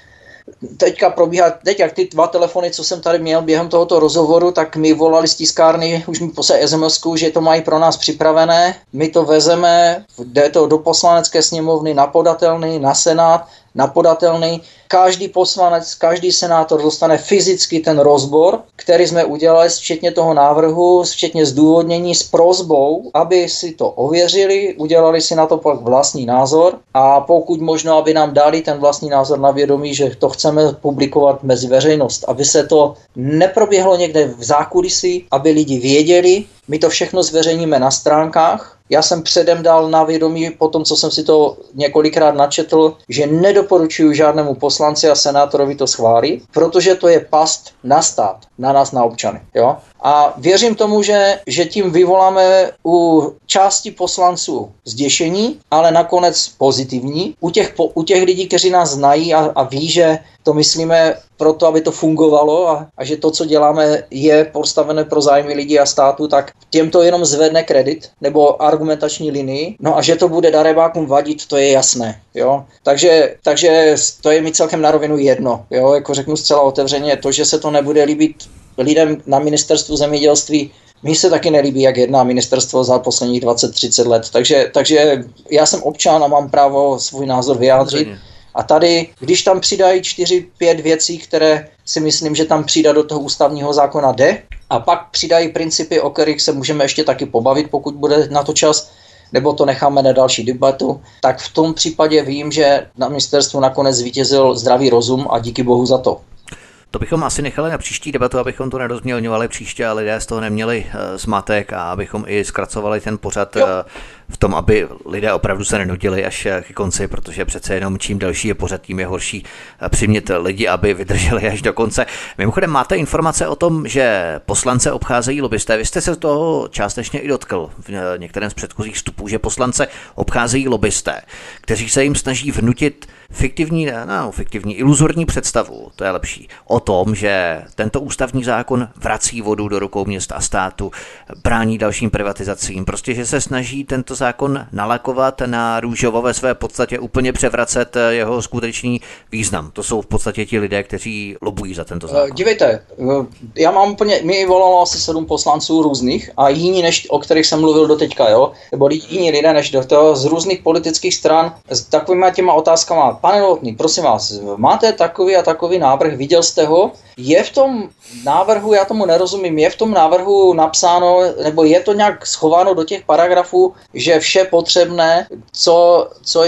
teďka probíhá, jak ty 2 telefony, co jsem tady měl během tohoto rozhovoru, tak mi volali z tiskárny, už mi poslali SMS-ku, že to mají pro nás připravené, my to vezeme, jde to do poslanecké sněmovny na podatelný, na senát, na podatelný. Každý poslanec, každý senátor dostane fyzicky ten rozbor, který jsme udělali, včetně toho návrhu, včetně zdůvodnění s prosbou, aby si to ověřili, udělali si na to pak vlastní názor a pokud možno, aby nám dali ten vlastní názor na vědomí, že to chceme publikovat mezi veřejnost, aby se to neproběhlo někde v zákulisí, aby lidi věděli. My to všechno zveřejníme na stránkách. Já jsem předem dal na vědomí, po tom, co jsem si to několikrát načetl, že nedoporučuji žádnému poslanci a senátorovi to schválit, protože to je past na stát, na nás, na občany. Jo? A věřím tomu, že tím vyvoláme u části poslanců zděšení, ale nakonec pozitivní. U těch lidí, kteří nás znají a ví, že to myslíme proto, aby to fungovalo a že to, co děláme, je postavené pro zájmy lidí a státu, tak těm to jenom zvedne kredit nebo argumentační linii. No a že to bude darebákům vadit, to je jasné. Jo? Takže to je mi celkem na rovinu jedno. Jo? Jako řeknu zcela otevřeně, to, že se to nebude líbit lidem na ministerstvu zemědělství, mně se taky nelíbí, jak jedná ministerstvo za posledních 20-30 let. Takže já jsem občan a mám právo svůj názor vyjádřit. A tady, když tam přidají 4-5 věcí, které si myslím, že tam přidat do toho ústavního zákona jde, a pak přidají principy, o kterých se můžeme ještě taky pobavit, pokud bude na to čas, nebo to necháme na další debatu, tak v tom případě vím, že na ministerstvu nakonec zvítězil zdravý rozum a díky bohu za to. To bychom asi nechali na příští debatu, abychom to nerozmělňovali příště a lidé z toho neměli zmatek a abychom i zkracovali ten pořad v tom, aby lidé opravdu se nenudili až k konci, protože přece jenom čím delší je pořad, tím je horší přimět lidi, aby vydrželi až do konce. Mimochodem máte informace o tom, že poslance obcházejí lobbysté. Vy jste se toho částečně i dotkl v některém z předchozích vstupů, že poslance obcházejí lobbysté, kteří se jim snaží vnutit fiktivní, iluzorní představu, to je lepší, o tom, že tento ústavní zákon vrací vodu do rukou měst a státu, brání dalším privatizacím, prostě, že se snaží tento zákon nalakovat na růžovo, ve své podstatě úplně převracet jeho skutečný význam. To jsou v podstatě ti lidé, kteří lobují za tento zákon. Dívejte, já mám úplně, mi volalo asi 7 poslanců různých a jiní, než o kterých jsem mluvil doteďka, jo, nebo jiní lidé než do toho, z různých politických stran, s takovýma těma otázkama. Pane Novotný, prosím vás, máte takový a takový návrh, viděl jste ho? Je v tom návrhu, já tomu nerozumím, je v tom návrhu napsáno, nebo je to nějak schováno do těch paragrafů, že vše potřebné, co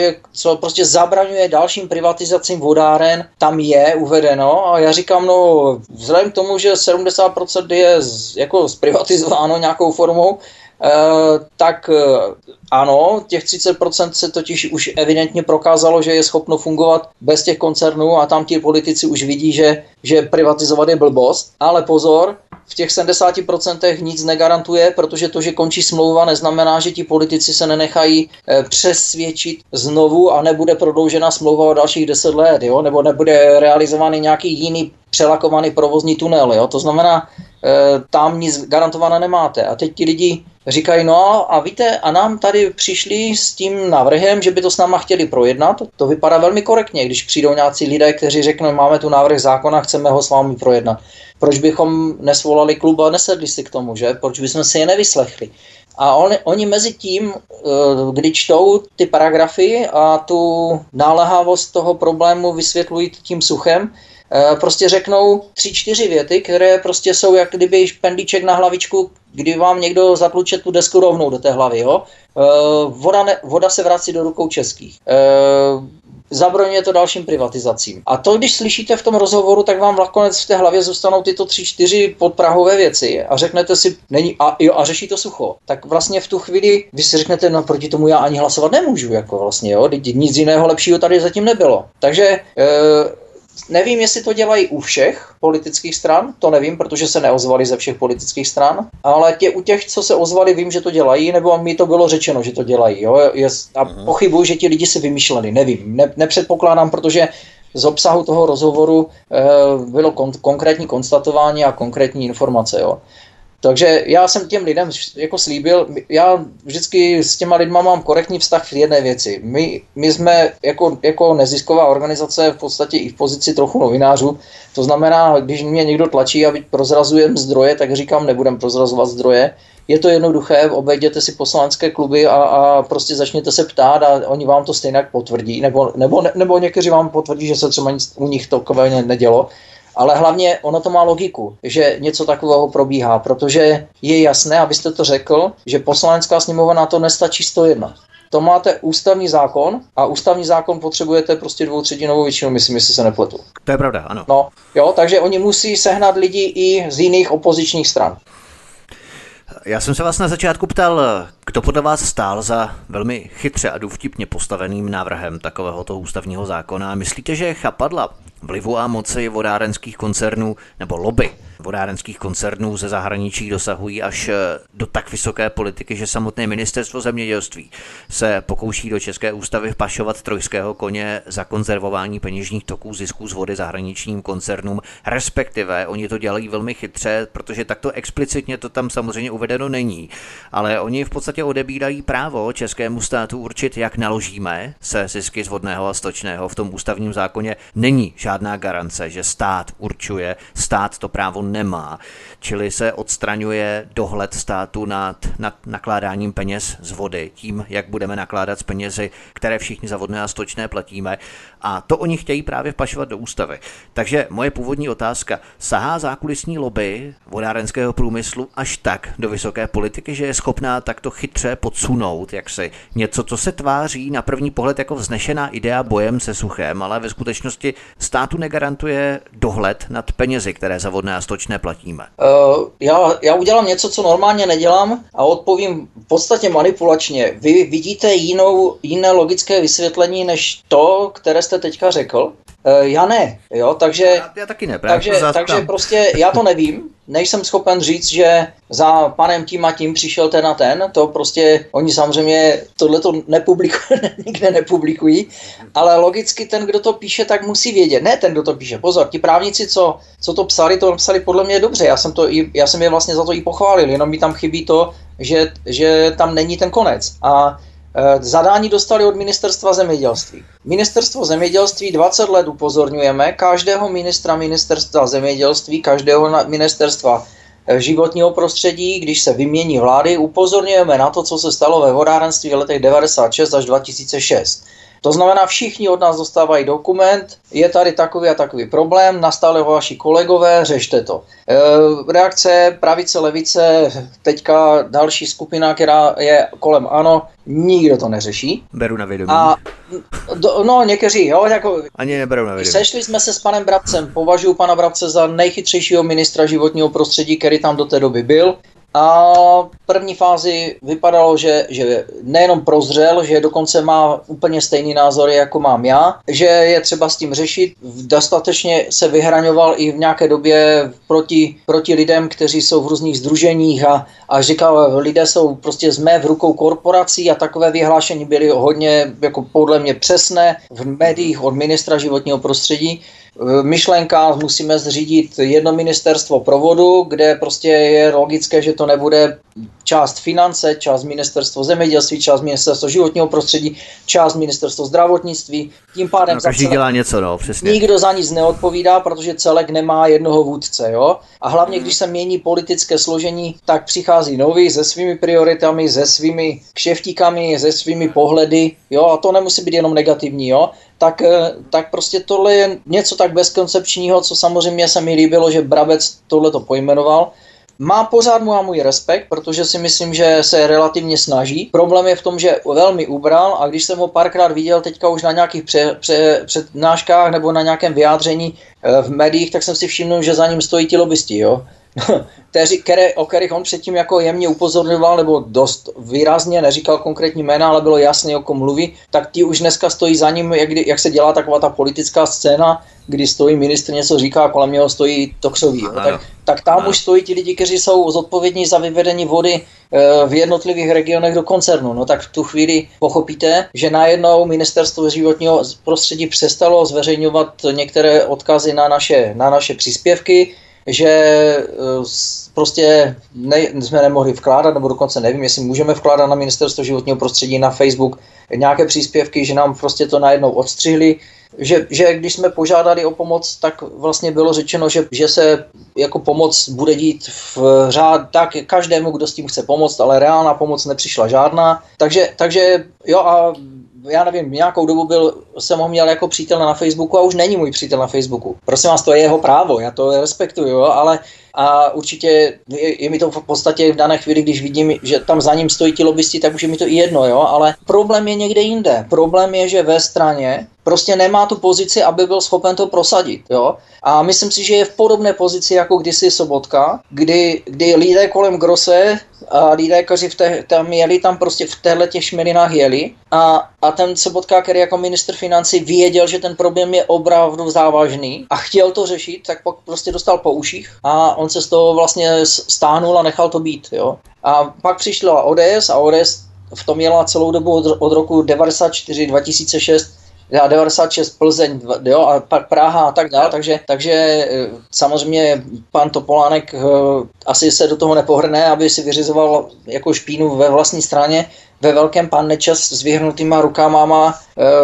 prostě zabraňuje dalším privatizacím vodáren, tam je uvedeno a já říkám, no vzhledem k tomu, že 70% je jako zprivatizováno nějakou formou, tak ano, těch 30% se totiž už evidentně prokázalo, že je schopno fungovat bez těch koncernů a tam ti politici už vidí, že privatizovat je blbost, ale pozor, v těch 70% nic negarantuje, protože to, že končí smlouva, neznamená, že ti politici se nenechají přesvědčit znovu a nebude prodloužena smlouva o dalších 10 let, jo? Nebo nebude realizovaný nějaký jiný přelakovaný provozní tunel. Jo? To znamená, tam nic garantované nemáte. A teď ti lidi říkají, no a víte, a nám tady přišli s tím návrhem, že by to s náma chtěli projednat. To vypadá velmi korektně, když přijdou nějací lidé, kteří řeknou, máme tu návrh zákona, chceme ho s vámi projednat. Proč bychom nesvolali klub a nesedli si k tomu, že? Proč bychom si je nevyslechli? A oni mezi tím, když čtou ty paragrafy a tu náléhavost toho problému vysvětlují tím suchem, prostě řeknou 3-4 věty, které prostě jsou jak kdyby pendlíček na hlavičku, kdy vám někdo zatluče tu desku rovnou do té hlavy. Jo? Voda se vrací do rukou českých. zabraňuje to dalším privatizacím. A to, když slyšíte v tom rozhovoru, tak vám nakonec v té hlavě zůstanou tyto 3-4 podprahové věci a řeknete si, a řeší to sucho. Tak vlastně v tu chvíli vy si řeknete, no proti tomu já ani hlasovat nemůžu, jako vlastně, jo, nic jiného lepšího tady zatím nebylo. Takže nevím, jestli to dělají u všech politických stran, to nevím, protože se neozvali ze všech politických stran, ale u těch, co se ozvali, vím, že to dělají, nebo mi to bylo řečeno, že to dělají. Jo? A pochybuju, že ti lidi si vymýšleli, nevím, nepředpokládám, protože z obsahu toho rozhovoru bylo konkrétní konstatování a konkrétní informace. Jo? Takže já jsem těm lidem jako slíbil, já vždycky s těma lidma mám korektní vztah v jedné věci. My jsme jako nezisková organizace v podstatě i v pozici trochu novinářů, to znamená, když mě někdo tlačí, aby prozrazujem zdroje, tak říkám, nebudem prozrazovat zdroje. Je to jednoduché, obejděte si poslanecké kluby a prostě začněte se ptát a oni vám to stejně potvrdí, nebo někteří vám potvrdí, že se třeba nic u nich takové nedělo. Ale hlavně ono to má logiku, že něco takového probíhá, protože je jasné, abyste to řekl, že poslanecká sněmovna na to nestačí 101. To máte ústavní zákon a ústavní zákon potřebujete prostě 2/3 většinu, myslím, jestli se nepletu. To je pravda, ano. No, jo, takže oni musí sehnat lidi i z jiných opozičních stran. Já jsem se vás na začátku ptal, kdo podle vás stál za velmi chytře a důvtipně postaveným návrhem takovéhoto ústavního zákona. Myslíte, že chapadla vlivu a moci vodárenských koncernů nebo lobby vodárenských koncernů ze zahraničí dosahují až do tak vysoké politiky, že samotné ministerstvo zemědělství se pokouší do české ústavy vpašovat trojského koně za konzervování peněžních toků zisků z vody zahraničním koncernům, respektive oni to dělají velmi chytře, protože takto explicitně to tam samozřejmě uvedeno není, ale oni v podstatě odebírají právo českému státu určit, jak naložíme se zisky z vodného a stočného. V tom ústavním zákoně není žádná garance, že stát určuje, stát to právo nemá, čili se odstraňuje dohled státu nad nakládáním peněz z vody, tím, jak budeme nakládat s penězi, které všichni za vodné a stočné platíme, a to oni chtějí právě vpašovat do ústavy. Takže moje původní otázka, sahá zákulisní lobby vodárenského průmyslu až tak do vysoké politiky, že je schopná takto chytře podsunout jaksi něco, co se tváří na první pohled jako vznešená idea bojem se suchem, ale ve skutečnosti státu negarantuje dohled nad penězi, které za vodné a stočné platíme. Já udělám něco, co normálně nedělám a odpovím v podstatě manipulačně. Vy vidíte jiné logické vysvětlení než to, které jste teďka řekl? Já ne, jo, takže... Já taky ne, takže prostě já to nevím, nejsem schopen říct, že za panem tím a tím přišel ten a ten, to prostě oni samozřejmě tohleto nikde nepublikují, ale logicky ten, kdo to píše, tak musí vědět, ne ten, kdo to píše, pozor, ti právníci, co to psali podle mě dobře, já jsem je vlastně za to i pochválil, jenom mi tam chybí to, že tam není ten konec a zadání dostali od ministerstva zemědělství. Ministerstvo zemědělství 20 let upozorňujeme, každého ministerstva zemědělství, každého ministerstva životního prostředí, když se vymění vlády, upozorňujeme na to, co se stalo ve vodárenství v letech 96 až 2006. To znamená, všichni od nás dostávají dokument, je tady takový a takový problém, nastali vaši kolegové, řešte to. Reakce pravice, levice, teďka další skupina, která je kolem ANO, nikdo to neřeší. Beru na vědomí. Někteří, jo, jako... Ani neberu na vědomí. Sešli jsme se s panem Brabcem, považuji pana Brabce za nejchytřejšího ministra životního prostředí, který tam do té doby byl. A v první fázi vypadalo, že nejenom prozřel, že dokonce má úplně stejný názory, jako mám já, že je třeba s tím řešit. Dostatečně se vyhraňoval i v nějaké době proti lidem, kteří jsou v různých sdruženích a říkal, lidé jsou prostě v rukou korporací a takové vyhlášení byly hodně, jako podle mě přesné, v médiích od ministra životního prostředí. Myšlenka, musíme zřídit jedno ministerstvo pro vodu, kde prostě je logické, že to nebude část finance, část ministerstvo zemědělství, část ministerstvo životního prostředí, část ministerstvo zdravotnictví. Tím pádem každý dělá něco, přesně. Nikdo za nic neodpovídá, protože celek nemá jednoho vůdce, jo. A hlavně, když se mění politické složení, tak přichází nový se svými prioritami, se svými kšeftíkami, se svými pohledy, jo. A to nemusí být jenom negativní, jo. Tak prostě tohle je něco tak bezkoncepčního, co samozřejmě se mi líbilo, že Brabec tohle to pojmenoval. Má pořád můj respekt, protože si myslím, že se relativně snaží. Problém je v tom, že velmi ubral a když jsem ho párkrát viděl teďka už na nějakých přednáškách nebo na nějakém vyjádření v médiích, tak jsem si všiml, že za ním stojí ti lobbysti, jo. O kterých on předtím jako jemně upozorňoval, nebo dost výrazně, neříkal konkrétní jména, ale bylo jasné, o kom mluví, tak ti už dneska stojí za ním, jak se dělá taková ta politická scéna, kdy stojí ministr něco říká a kolem něho stojí toxoví. Tak tam už stojí ti lidi, kteří jsou zodpovědní za vyvedení vody v jednotlivých regionech do koncernu. No tak v tu chvíli pochopíte, že najednou ministerstvo životního prostředí přestalo zveřejňovat některé odkazy na naše příspěvky, že prostě jsme nemohli vkládat, nebo dokonce nevím, jestli můžeme vkládat na ministerstvo životního prostředí, na Facebook nějaké příspěvky, že nám prostě to najednou odstřihli, že když jsme požádali o pomoc, tak vlastně bylo řečeno, že se jako pomoc bude dít v řád tak každému, kdo s tím chce pomoct, ale reálná pomoc nepřišla žádná, takže jo a já nevím, nějakou dobu jsem ho měl jako přítel na Facebooku a už není můj přítel na Facebooku. Prosím vás, to je jeho právo, já to respektuju, jo, ale a určitě je mi to v podstatě v dané chvíli, když vidím, že tam za ním stojí ti lobbysti, tak už je mi to i jedno, jo, ale problém je někde jinde. Problém je, že ve straně prostě nemá tu pozici, aby byl schopen to prosadit, jo. A myslím si, že je v podobné pozici jako kdysi Sobotka, kdy lidé kolem Grosse a lidé, kteří tam jeli, tam prostě v těchto šmelinách jeli a ten Sobotka, který jako ministr financí věděl, že ten problém je opravdu závažný a chtěl to řešit, tak pak prostě dostal po uších a on se z toho vlastně stáhnul a nechal to být, jo. A pak přišla ODS a ODS v tom jela celou dobu od roku 94, 2006, 96 Plzeň, jo, a pak Praha a tak dále, takže samozřejmě pan Topolánek asi se do toho nepohrne, aby si vyřizoval jako špínu ve vlastní straně, ve velkém pan Nečas s vyhrnutýma rukama má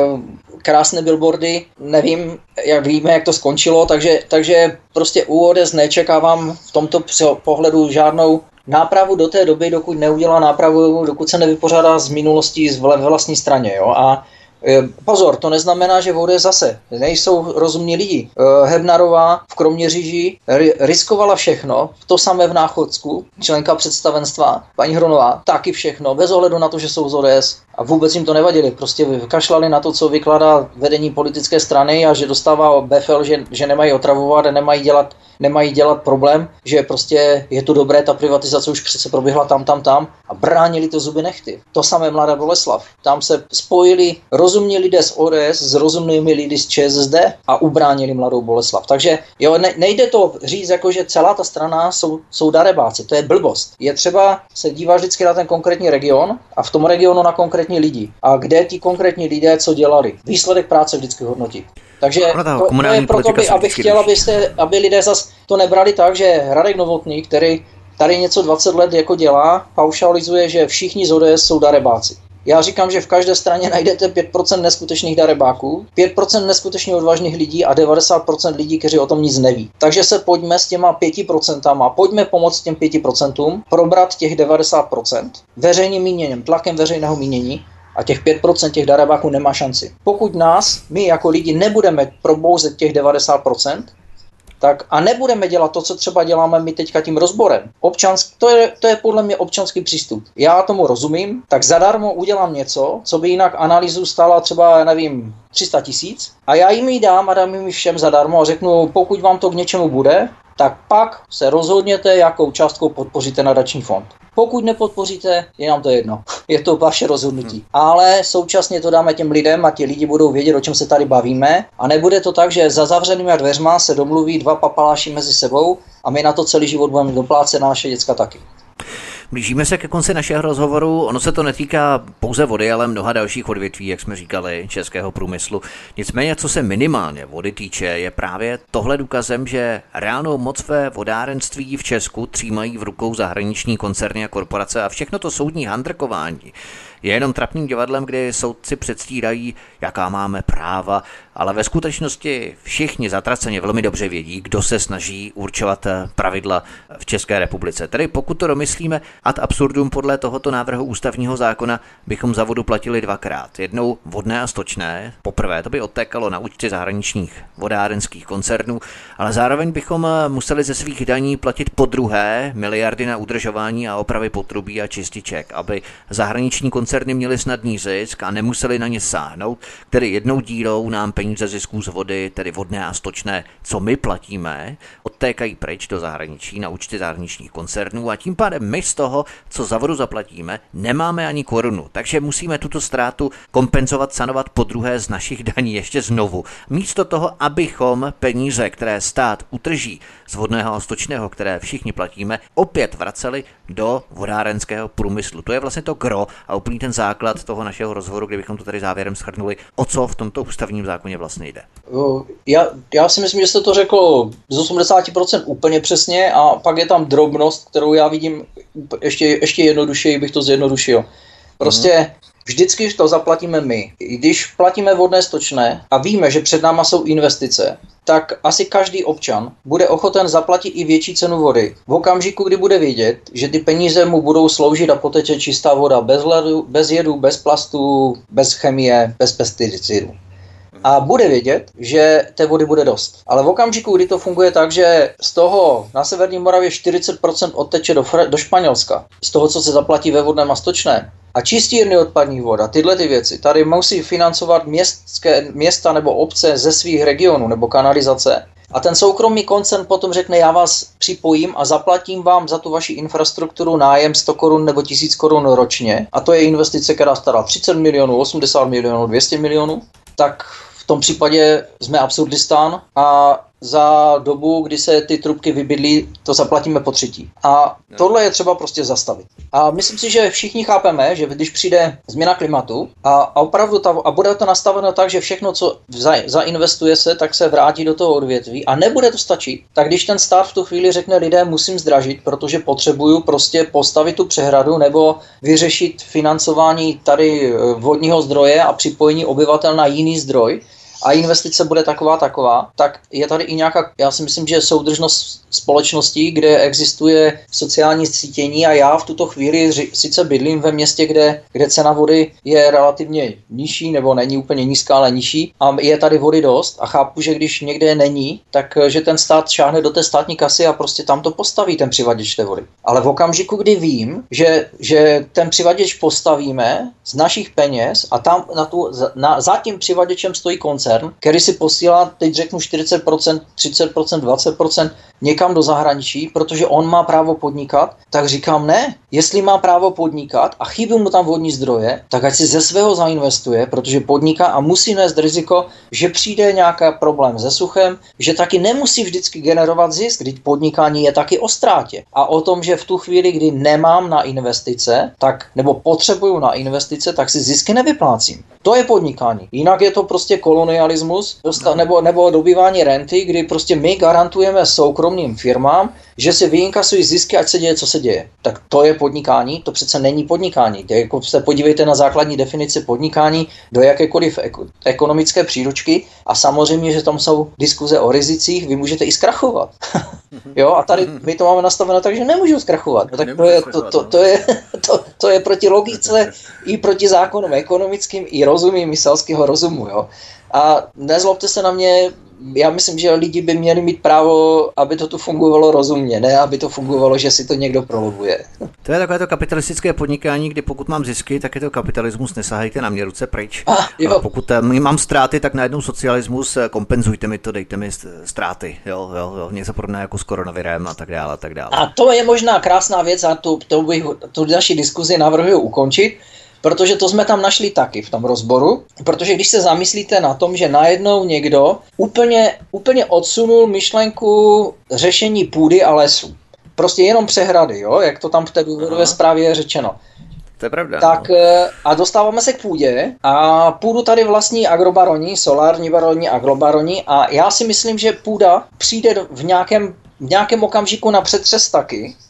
krásné billboardy, nevím, jak víme, jak to skončilo, takže prostě u ODS nečekávám v tomto pohledu žádnou nápravu do té doby, dokud neudělá nápravu, dokud se nevypořádá z minulostí ve vlastní straně, jo, a pozor, to neznamená, že v ODS zase nejsou rozumní lidi. Hebnarová v Kroměříži riskovala všechno, to samé v Náchodsku, členka představenstva, paní Hronová, taky všechno, bez ohledu na to, že jsou z ODS a vůbec jim to nevadili, prostě kašlali na to, co vykládá vedení politické strany a že dostává befel, že nemají otravovat a nemají dělat problém, že prostě je to dobré, ta privatizace už přece proběhla tam a bránili to zuby nehty. To samé Mladá Boleslav. Tam se spojili rozumní lidé z ODS s rozumnými lidé z ČSSD a ubránili Mladou Boleslav. Takže jo, nejde to říct, jako že celá ta strana jsou darebáci, to je blbost. Je třeba se dívat vždycky na ten konkrétní region a v tom regionu na konkrétní lidi. A kde ti konkrétní lidé co dělali. Výsledek práce vždycky hodnotí. Takže to je proto, abych chtěl, aby lidé zas to nebrali tak, že Radek Novotný, který tady něco 20 let jako dělá, paušalizuje, že všichni z ODS jsou darebáci. Já říkám, že v každé straně najdete 5% neskutečných darebáků, 5% neskutečně odvážných lidí a 90% lidí, kteří o tom nic neví. Takže se pojďme s těma 5%, pojďme pomoct těm 5%, probrat těch 90% veřejným míněním, tlakem veřejného mínění a těch 5% těch darebáků nemá šanci. Pokud my jako lidi nebudeme probouzet těch 90%, tak a nebudeme dělat to, co třeba děláme my teďka tím rozborem. To je podle mě občanský přístup. Já tomu rozumím, tak zadarmo udělám něco, co by jinak analýzu stála třeba, nevím, 300 000 a já jim ji dám a dám jim všem zadarmo a řeknu, pokud vám to k něčemu bude, tak pak se rozhodněte, jakou částkou podpoříte nadační fond. Pokud nepodpoříte, je nám to jedno. Je to vaše rozhodnutí. Ale současně to dáme těm lidem a ti lidi budou vědět, o čem se tady bavíme. A nebude to tak, že za zavřenými dveřma se domluví dva papaláši mezi sebou a my na to celý život budeme doplácet, na naše děcka taky. Blížíme se ke konci našeho rozhovoru. Ono se to netýká pouze vody, ale mnoha dalších odvětví, jak jsme říkali, českého průmyslu. Nicméně, co se minimálně vody týče, je právě tohle důkazem, že reálnou moc ve vodárenství v Česku třímají v rukou zahraniční koncerny a korporace a všechno to soudní handrkování je jenom trapným divadlem, kdy soudci předstírají, jaká máme práva ale ve skutečnosti všichni zatraceně velmi dobře vědí, kdo se snaží určovat pravidla v České republice. Tedy pokud to domyslíme ad absurdum, podle tohoto návrhu ústavního zákona bychom za vodu platili dvakrát. Jednou vodné a stočné, poprvé to by odtékalo na účty zahraničních vodárenských koncernů, ale zároveň bychom museli ze svých daní platit podruhé miliardy na udržování a opravy potrubí a čističek, aby zahraniční koncerny měly snadný zisk a nemuseli na ně sáhnout, tedy jednou dírou nám peníze zisků z vody, tedy vodné a stočné, co my platíme, odtékají pryč do zahraničí na účty zahraničních koncernů a tím pádem my z toho, co za vodu zaplatíme, nemáme ani korunu. Takže musíme tuto ztrátu kompenzovat, sanovat podruhé z našich daní ještě znovu. Místo toho, abychom peníze, které stát utrží z vodného a stočného, které všichni platíme, opět vraceli do vodárenského průmyslu. To je vlastně to gro a úplný ten základ toho našeho rozhovoru, kdybychom to tady závěrem shrnuli, o co v tomto ústavním zákoně vlastně jde. Já si myslím, že jste to řekl z 80% úplně přesně a pak je tam drobnost, kterou já vidím ještě jednodušeji, bych to zjednodušil. Prostě vždycky to zaplatíme my. Když platíme vodné stočné a víme, že před náma jsou investice, tak asi každý občan bude ochoten zaplatit i větší cenu vody. V okamžiku, kdy bude vědět, že ty peníze mu budou sloužit a poteče čistá voda bez ledu, bez jedu, bez plastů, bez chemie, bez pesticidů. A bude vědět, že té vody bude dost. Ale v okamžiku, kdy to funguje tak, že z toho na severní Moravě 40% odteče do Španělska, z toho, co se zaplatí ve vodném a stočném, a čistírny odpadních vod a tyhle ty věci, tady musí financovat města nebo obce ze svých regionů nebo kanalizace. A ten soukromý koncern potom řekne, já vás připojím a zaplatím vám za tu vaši infrastrukturu nájem 100 korun nebo 1000 korun ročně. A to je investice, která stará 30 milionů, 80 milionů, 200 milionů. Tak v tom případě jsme Absurdistán a za dobu, kdy se ty trubky vybydlí, to zaplatíme po třetí. A tohle je třeba prostě zastavit. A myslím si, že všichni chápeme, že když přijde změna klimatu a opravdu a bude to nastaveno tak, že všechno, co zainvestuje se, tak se vrátí do toho odvětví a nebude to stačit, tak když ten stát v tu chvíli řekne lidem, musím zdražit, protože potřebuju prostě postavit tu přehradu nebo vyřešit financování tady vodního zdroje a připojení obyvatel na jiný zdroj, a investice bude taková, tak je tady i nějaká, já si myslím, že soudržnost společností, kde existuje sociální cítění a já v tuto chvíli sice bydlím ve městě, kde cena vody je relativně nižší, nebo není úplně nízká, ale nižší a je tady vody dost a chápu, že když někde není, tak že ten stát šáhne do té státní kasy a prostě tam to postaví ten přivaděč té vody. Ale v okamžiku, kdy vím, že ten přivaděč postavíme z našich peněz a tam za tím přivaděčem stojí koncern, který si posílá, teď řeknu 40%, 30%, 20% někam do zahraničí, protože on má právo podnikat, tak říkám ne, jestli má právo podnikat a chybí mu tam vodní zdroje, tak ať si ze svého zainvestuje, protože podniká a musí nést riziko, že přijde nějaký problém se suchem, že taky nemusí vždycky generovat zisk, když podnikání je taky o ztrátě. A o tom, že v tu chvíli, kdy nemám na investice, tak nebo potřebuju na investice, tak si zisky nevyplácím. To je podnikání. Jinak je to prostě kolonialismus nebo dobývání renty, kdy prostě my garantujeme soukromým firmám, že si vyinkasují zisky, ať se děje, co se děje. Tak to je podnikání, to přece není podnikání. Jako se podívejte na základní definici podnikání do jakékoliv ekonomické příručky a samozřejmě, že tam jsou diskuze o rizicích, vy můžete i zkrachovat. Jo, a tady my to máme nastaveno tak, že nemůžu zkrachovat. No, tak to je proti logice i proti zákonům ekonomickým i rozumím i selského rozumu. Jo. A nezlobte se na mě, já myslím, že lidi by měli mít právo, aby to tu fungovalo rozumně, ne aby to fungovalo, že si to někdo prolobuje. To je takové to kapitalistické podnikání, kdy pokud mám zisky, tak je to kapitalismus, nesahejte na mě, ruce pryč. A pokud mám ztráty, tak najednou socialismus, kompenzujte mi to, dejte mi ztráty, jo, něco podobné jako s koronavirem a tak dále, a tak dále. A to je možná krásná věc a tu naši diskuzi navrhuji ukončit, protože to jsme tam našli taky v tom rozboru, protože když se zamyslíte na tom, že najednou někdo úplně odsunul myšlenku řešení půdy a lesů. Prostě jenom přehrady, jo, jak to tam v té důvodové zprávě je řečeno. To je pravda. Tak a dostáváme se k půdě a půdu tady vlastní agrobaroni, solární baroni, agrobaroni a já si myslím, že půda přijde v nějakém okamžiku na přetřes taky,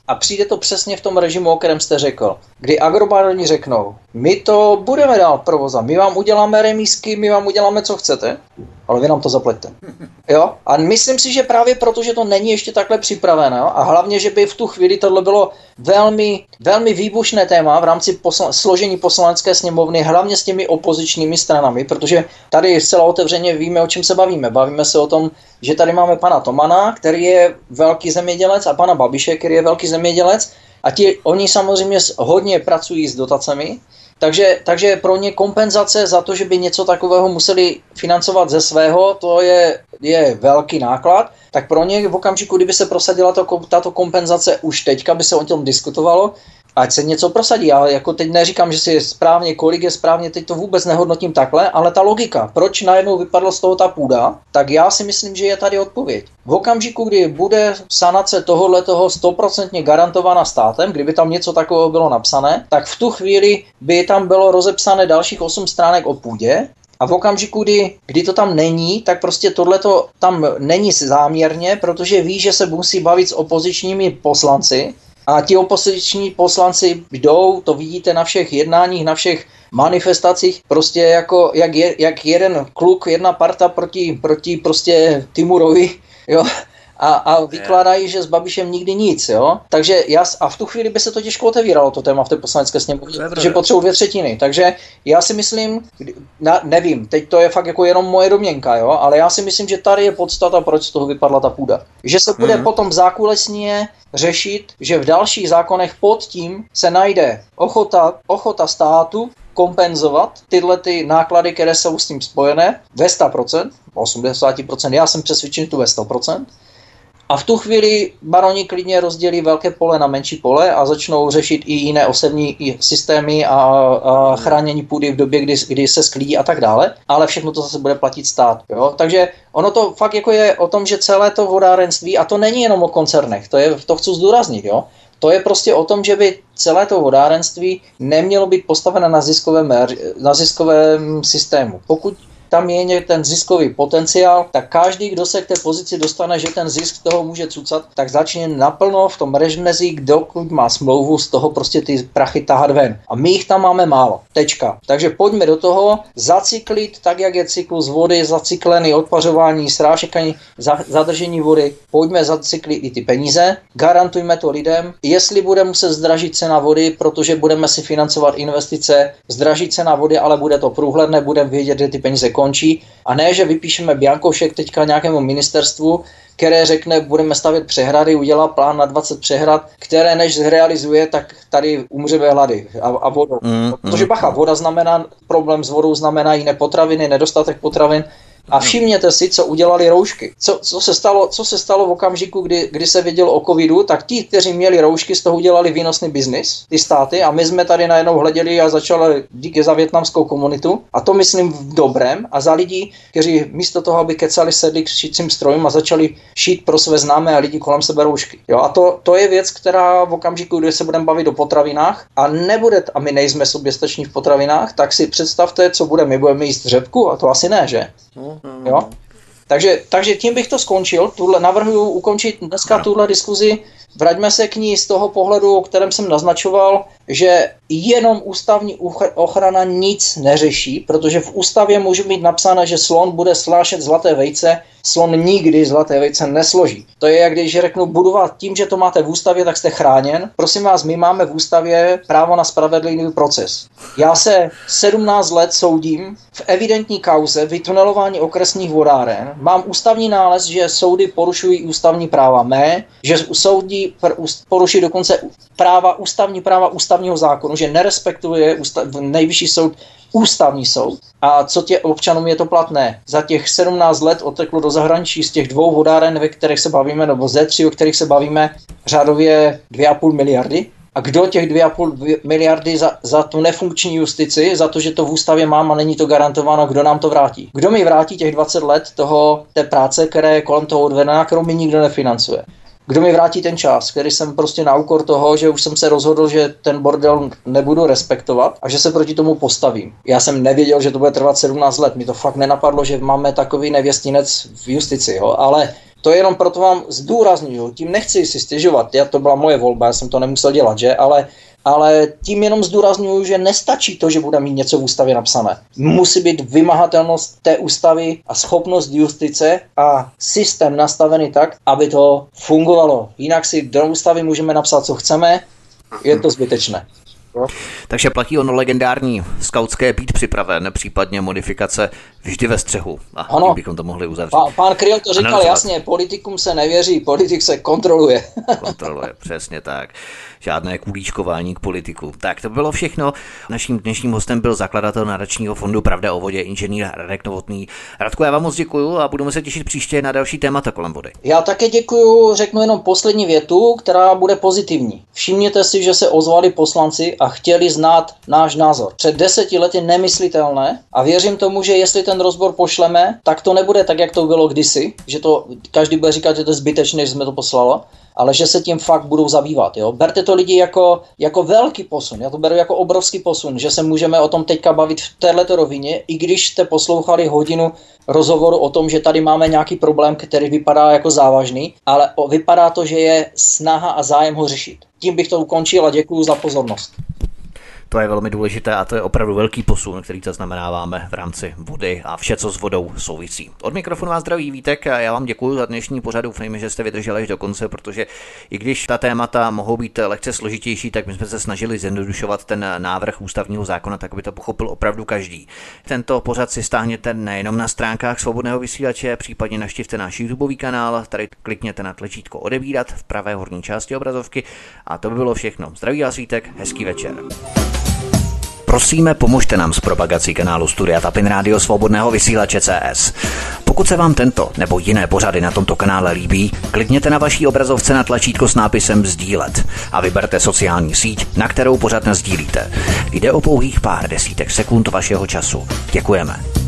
A přijde to přesně v tom režimu, o kterém jste řekl, kdy agrobaroni řeknou, my to budeme dál provozovat, my vám uděláme remízky, my vám uděláme, co chcete, ale vy nám to zaplaťte. Jo? A myslím si, že právě proto, že to není ještě takhle připravené, a hlavně, že by v tu chvíli tohle bylo velmi, velmi výbušné téma v rámci složení poslanecké sněmovny, hlavně s těmi opozičními stranami, protože tady zcela otevřeně víme, o čem se bavíme. Bavíme se o tom, že tady máme pana Tomana, který je velký zemědělec, a pana Babiše, který je velký zemědělec, a oni samozřejmě hodně pracují s dotacemi, takže pro ně kompenzace za to, že by něco takového museli financovat ze svého, to je velký náklad, tak pro ně v okamžiku, kdyby se prosadila tato kompenzace už teďka, by se o tom diskutovalo, ať se něco prosadí. Já jako teď neříkám, že si je správně, kolik je správně, teď to vůbec nehodnotím takhle, ale ta logika, proč najednou vypadla z toho ta půda, tak já si myslím, že je tady odpověď. V okamžiku, kdy bude sanace tohohletoho 100% garantovaná státem, kdyby tam něco takového bylo napsané, tak v tu chvíli by tam bylo rozepsané dalších 8 stránek o půdě. A v okamžiku, kdy to tam není, tak prostě tohleto tam není záměrně, protože ví, že se musí bavit s opozičními poslanci. A ti opoziční poslanci jdou, to vidíte na všech jednáních, na všech manifestacích, prostě jako jak jeden kluk, jedna parta proti prostě Timurovi, jo. A vykládají, že s Babišem nikdy nic, jo. Takže a v tu chvíli by se to těžko otevíralo, to téma v té poslanecké sněmovně, protože potřebují 2/3. Takže já si myslím, nevím, teď to je fakt jako jenom moje domněnka, jo, ale já si myslím, že tady je podstata, proč z toho vypadla ta půda. Že se bude potom zákulisně řešit, že v dalších zákonech pod tím se najde ochota státu kompenzovat tyhle ty náklady, které jsou s tím spojené ve 100%, 80%, já jsem přesvědčen tu ve 100%. A v tu chvíli baroni klidně rozdělí velké pole na menší pole a začnou řešit i jiné osevní systémy a chránění půdy v době, kdy se sklidí a tak dále, ale všechno to zase bude platit stát. Jo? Takže ono to fakt jako je o tom, že celé to vodárenství, a to není jenom o koncernech, to chci zdůraznit, jo? To je prostě o tom, že by celé to vodárenství nemělo být postavené na ziskovém systému. Pokud tam je ten ziskový potenciál, tak každý, kdo se k té pozici dostane, že ten zisk toho může cucat, tak začne naplno v tom režmezí, dokud má smlouvu, z toho prostě ty prachy tahat ven. A my jich tam máme málo. Tečka. Takže pojďme do toho, zacyklit, tak jak je cyklus vody, zacyklený odpařování, srážekání, zadržení vody, pojďme zacyklit i ty peníze, garantujme to lidem. Jestli bude muset zdražit cena vody, protože budeme si financovat investice, zdraží cena vody, ale bude to průhledné, budeme vědět, že ty peníze končí, a ne, že vypíšeme biankošek teďka nějakému ministerstvu, které řekne, budeme stavět přehrady, udělá plán na 20 přehrad, které než zrealizuje, tak tady umřeme hlady a vodou. Protože bacha, voda znamená, problém s vodou znamená jiné potraviny, nedostatek potravin. A všimněte si, co udělali roušky. Co se stalo v okamžiku, kdy se vědělo o covidu, tak ti, kteří měli roušky, z toho udělali výnosný biznis, ty státy, a my jsme tady najednou hleděli a začali díky za vietnamskou komunitu, a to myslím v dobrém, a za lidi, kteří místo toho, aby kecali, sedli k šícím strojům a začali šít pro své známé a lidi kolem sebe roušky. Jo, a to je věc, která v okamžiku, kdy se budeme bavit o potravinách a my nejsme soběstační v potravinách, tak si představte, co bude. My budeme jíst řepku, a to asi ne, že? Jo? Takže tím bych to skončil. Navrhuji ukončit dneska tuhle diskuzi. Vraťme se k ní z toho pohledu, o kterém jsem naznačoval, že jenom ústavní ochrana nic neřeší, protože v ústavě může být napsáno, že slon bude snášet zlaté vejce, slon nikdy zlaté vejce nesloží. To je, jak když řeknu, budovat tím, že to máte v ústavě, tak jste chráněn. Prosím vás, my máme v ústavě právo na spravedlivý proces. Já se 17 let soudím v evidentní kauze vytunelování okresních vodáren. Mám ústavní nález, že soudy porušují ústavní práva mé, že soudy porušují dokonce ústavní práva ústavního zákonu, že nerespektuje nejvyšší soud ústavní soud. A co občanům je to platné? Za těch 17 let odteklo do zahraničí z těch 2 vodáren, ve kterých se bavíme, nebo ze 3, o kterých se bavíme, řádově 2,5 miliardy. A kdo těch 2,5 miliardy za tu nefunkční justici, za to, že to v ústavě mám a není to garantováno, kdo nám to vrátí? Kdo mi vrátí těch 20 let té práce, které je kolem toho odvedena, kterou mi nikdo nefinancuje? Kdo mi vrátí ten čas, který jsem prostě na úkor toho, že už jsem se rozhodl, že ten bordel nebudu respektovat a že se proti tomu postavím. Já jsem nevěděl, že to bude trvat 17 let. Mi to fakt nenapadlo, že máme takový nevěstinec v justici, jo? Ale To je jenom proto vám zdůrazňuju, tím nechci si stěžovat, to byla moje volba, já jsem to nemusel dělat, že? Ale tím jenom zdůrazňuju, že nestačí to, že bude mít něco v ústavě napsané. Musí být vymahatelnost té ústavy a schopnost justice a systém nastavený tak, aby to fungovalo. Jinak si do ústavy můžeme napsat, co chceme, je to zbytečné. Jo? Takže platí ono legendární skautské být připraven, případně modifikace vždy ve střehu. A ano, bychom to mohli uzavřít. Pán Kryl to říkal jasně, politikům se nevěří, politik se kontroluje. Kontroluje, přesně tak. Žádné kulíčkování k politiku. Tak to bylo všechno. Naším dnešním hostem byl zakladatel nadačního fondu Pravda o vodě, inženýr Radek Novotný. Radku, já vám moc děkuju a budeme se těšit příště na další témata kolem vody. Já také děkuju, řeknu jenom poslední větu, která bude pozitivní. Všimněte si, že se ozvali poslanci a chtěli znát náš názor. Před 10 lety nemyslitelné a věřím tomu, že jestli ten rozbor pošleme, tak to nebude tak, jak to bylo kdysi, že to každý bude říkat, že to je zbytečné, že jsme to poslalo, ale že se tím fakt budou zabývat. Jo? Berte to lidi jako velký posun, já to beru jako obrovský posun, že se můžeme o tom teďka bavit v této rovině, i když jste poslouchali hodinu rozhovoru o tom, že tady máme nějaký problém, který vypadá jako závažný, ale vypadá to, že je snaha a zájem ho řešit. Tím bych to ukončil a děkuju za pozornost. To je velmi důležité a to je opravdu velký posun, který zaznamenáváme v rámci vody a vše, co s vodou souvisí. Od mikrofonu vás zdraví Vítek a já vám děkuji za dnešní pořad. Doufejme, že jste vydrželi až do konce, protože i když ta témata mohou být lehce složitější, tak my jsme se snažili zjednodušovat ten návrh ústavního zákona, tak aby to pochopil opravdu každý. Tento pořad si stáhněte nejenom na stránkách Svobodného vysílače, případně navštivte náš YouTubeový kanál, tady klikněte na tlačítko odebírat v pravé horní části obrazovky a to by bylo všechno. Zdraví vás Vítek, hezký večer. Prosíme, pomožte nám s propagací kanálu Studia Tapin Rádio Svobodného vysílače CS. Pokud se vám tento nebo jiné pořady na tomto kanále líbí, klikněte na vaší obrazovce na tlačítko s nápisem sdílet a vyberte sociální síť, na kterou pořad nasdílíte. Jde o pouhých pár desítek sekund vašeho času. Děkujeme.